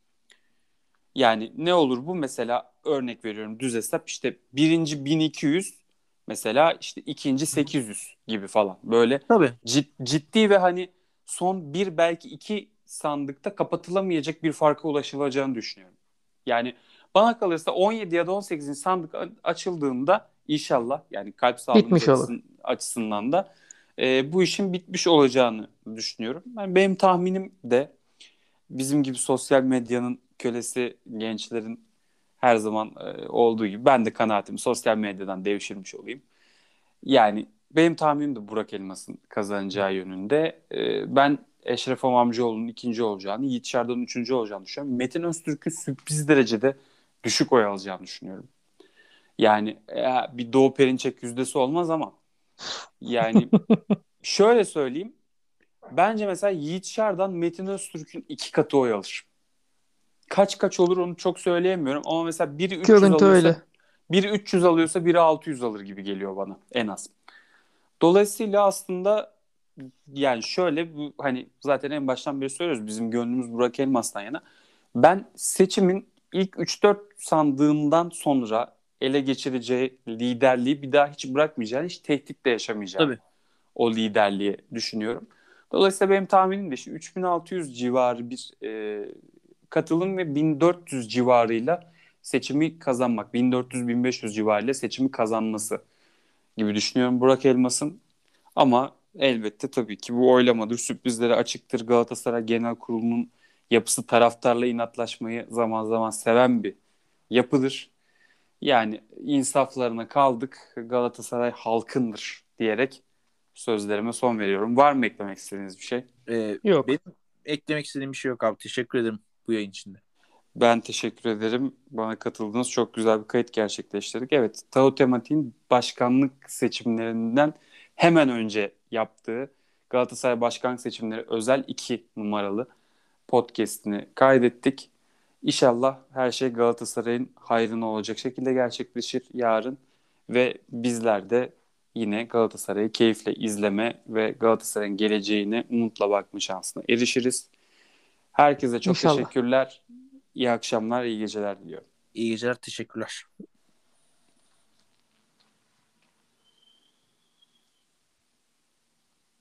Yani ne olur bu? Mesela örnek veriyorum, düz hesap, işte birinci 1200, mesela işte ikinci Hı hı. 800 gibi falan. Böyle Tabii. ciddi ve hani son bir, belki iki sandıkta kapatılamayacak bir farka ulaşılacağını düşünüyorum. Yani bana kalırsa 17 ya da 18. sandık açıldığında inşallah, yani kalp sağlığımız Bitmiş olur. açısından da bu işin bitmiş olacağını düşünüyorum. Yani benim tahminim de bizim gibi sosyal medyanın kölesi gençlerin her zaman olduğu gibi, ben de kanaatimi sosyal medyadan devşirmiş olayım. Yani benim tahminim de Burak Elmas'ın kazanacağı yönünde. Ben Eşref Amamcıoğlu'nun ikinci olacağını, Yiğit Şardan'ın üçüncü olacağını düşünüyorum. Metin Öztürk'ün sürpriz derecede düşük oy alacağını düşünüyorum. Yani bir Doğu Perinçek yüzdesi olmaz ama yani şöyle söyleyeyim. Bence mesela Yiğit Şardan Metin Öztürk'ün iki katı oy alır. Kaç olur onu çok söyleyemiyorum, ama mesela biri 300 Görüntü alıyorsa, öyle. biri 600 alır gibi geliyor bana en az. Dolayısıyla aslında yani şöyle, bu hani zaten en baştan beri söylüyoruz, bizim gönlümüz Burak Elmas'tan yana. Ben seçimin ilk 3-4 sandığından sonra ele geçireceği liderliği bir daha hiç bırakmayacağını, hiç tehdit de yaşamayacağını, Tabii. o liderliği düşünüyorum. Dolayısıyla benim tahminim de işte 3600 civarı bir katılım ve 1400 civarıyla seçimi kazanmak, 1400-1500 civarıyla seçimi kazanması gibi düşünüyorum Burak Elmas'ın. Ama elbette tabii ki bu oylamadır, sürprizlere açıktır. Galatasaray Genel Kurulu'nun yapısı taraftarla inatlaşmayı zaman zaman seven bir yapıdır. Yani insaflarına kaldık, Galatasaray halkındır diyerek sözlerime son veriyorum. Var mı eklemek istediğiniz bir şey? Benim Yok. eklemek istediğim bir şey yok abi. Teşekkür ederim bu yayın için de. Ben teşekkür ederim. Bana katıldığınız, çok güzel bir kayıt gerçekleştirdik. Evet, Tao Temati'nin başkanlık seçimlerinden hemen önce yaptığı Galatasaray başkanlık seçimleri özel 2 numaralı podcast'ini kaydettik. İnşallah her şey Galatasaray'ın hayrına olacak şekilde gerçekleşir yarın ve bizler de yine Galatasaray'ı keyifle izleme ve Galatasaray'ın geleceğine umutla bakma şansına erişiriz. Herkese çok İnşallah. teşekkürler. İyi akşamlar, iyi geceler diliyorum. İyi geceler, teşekkürler.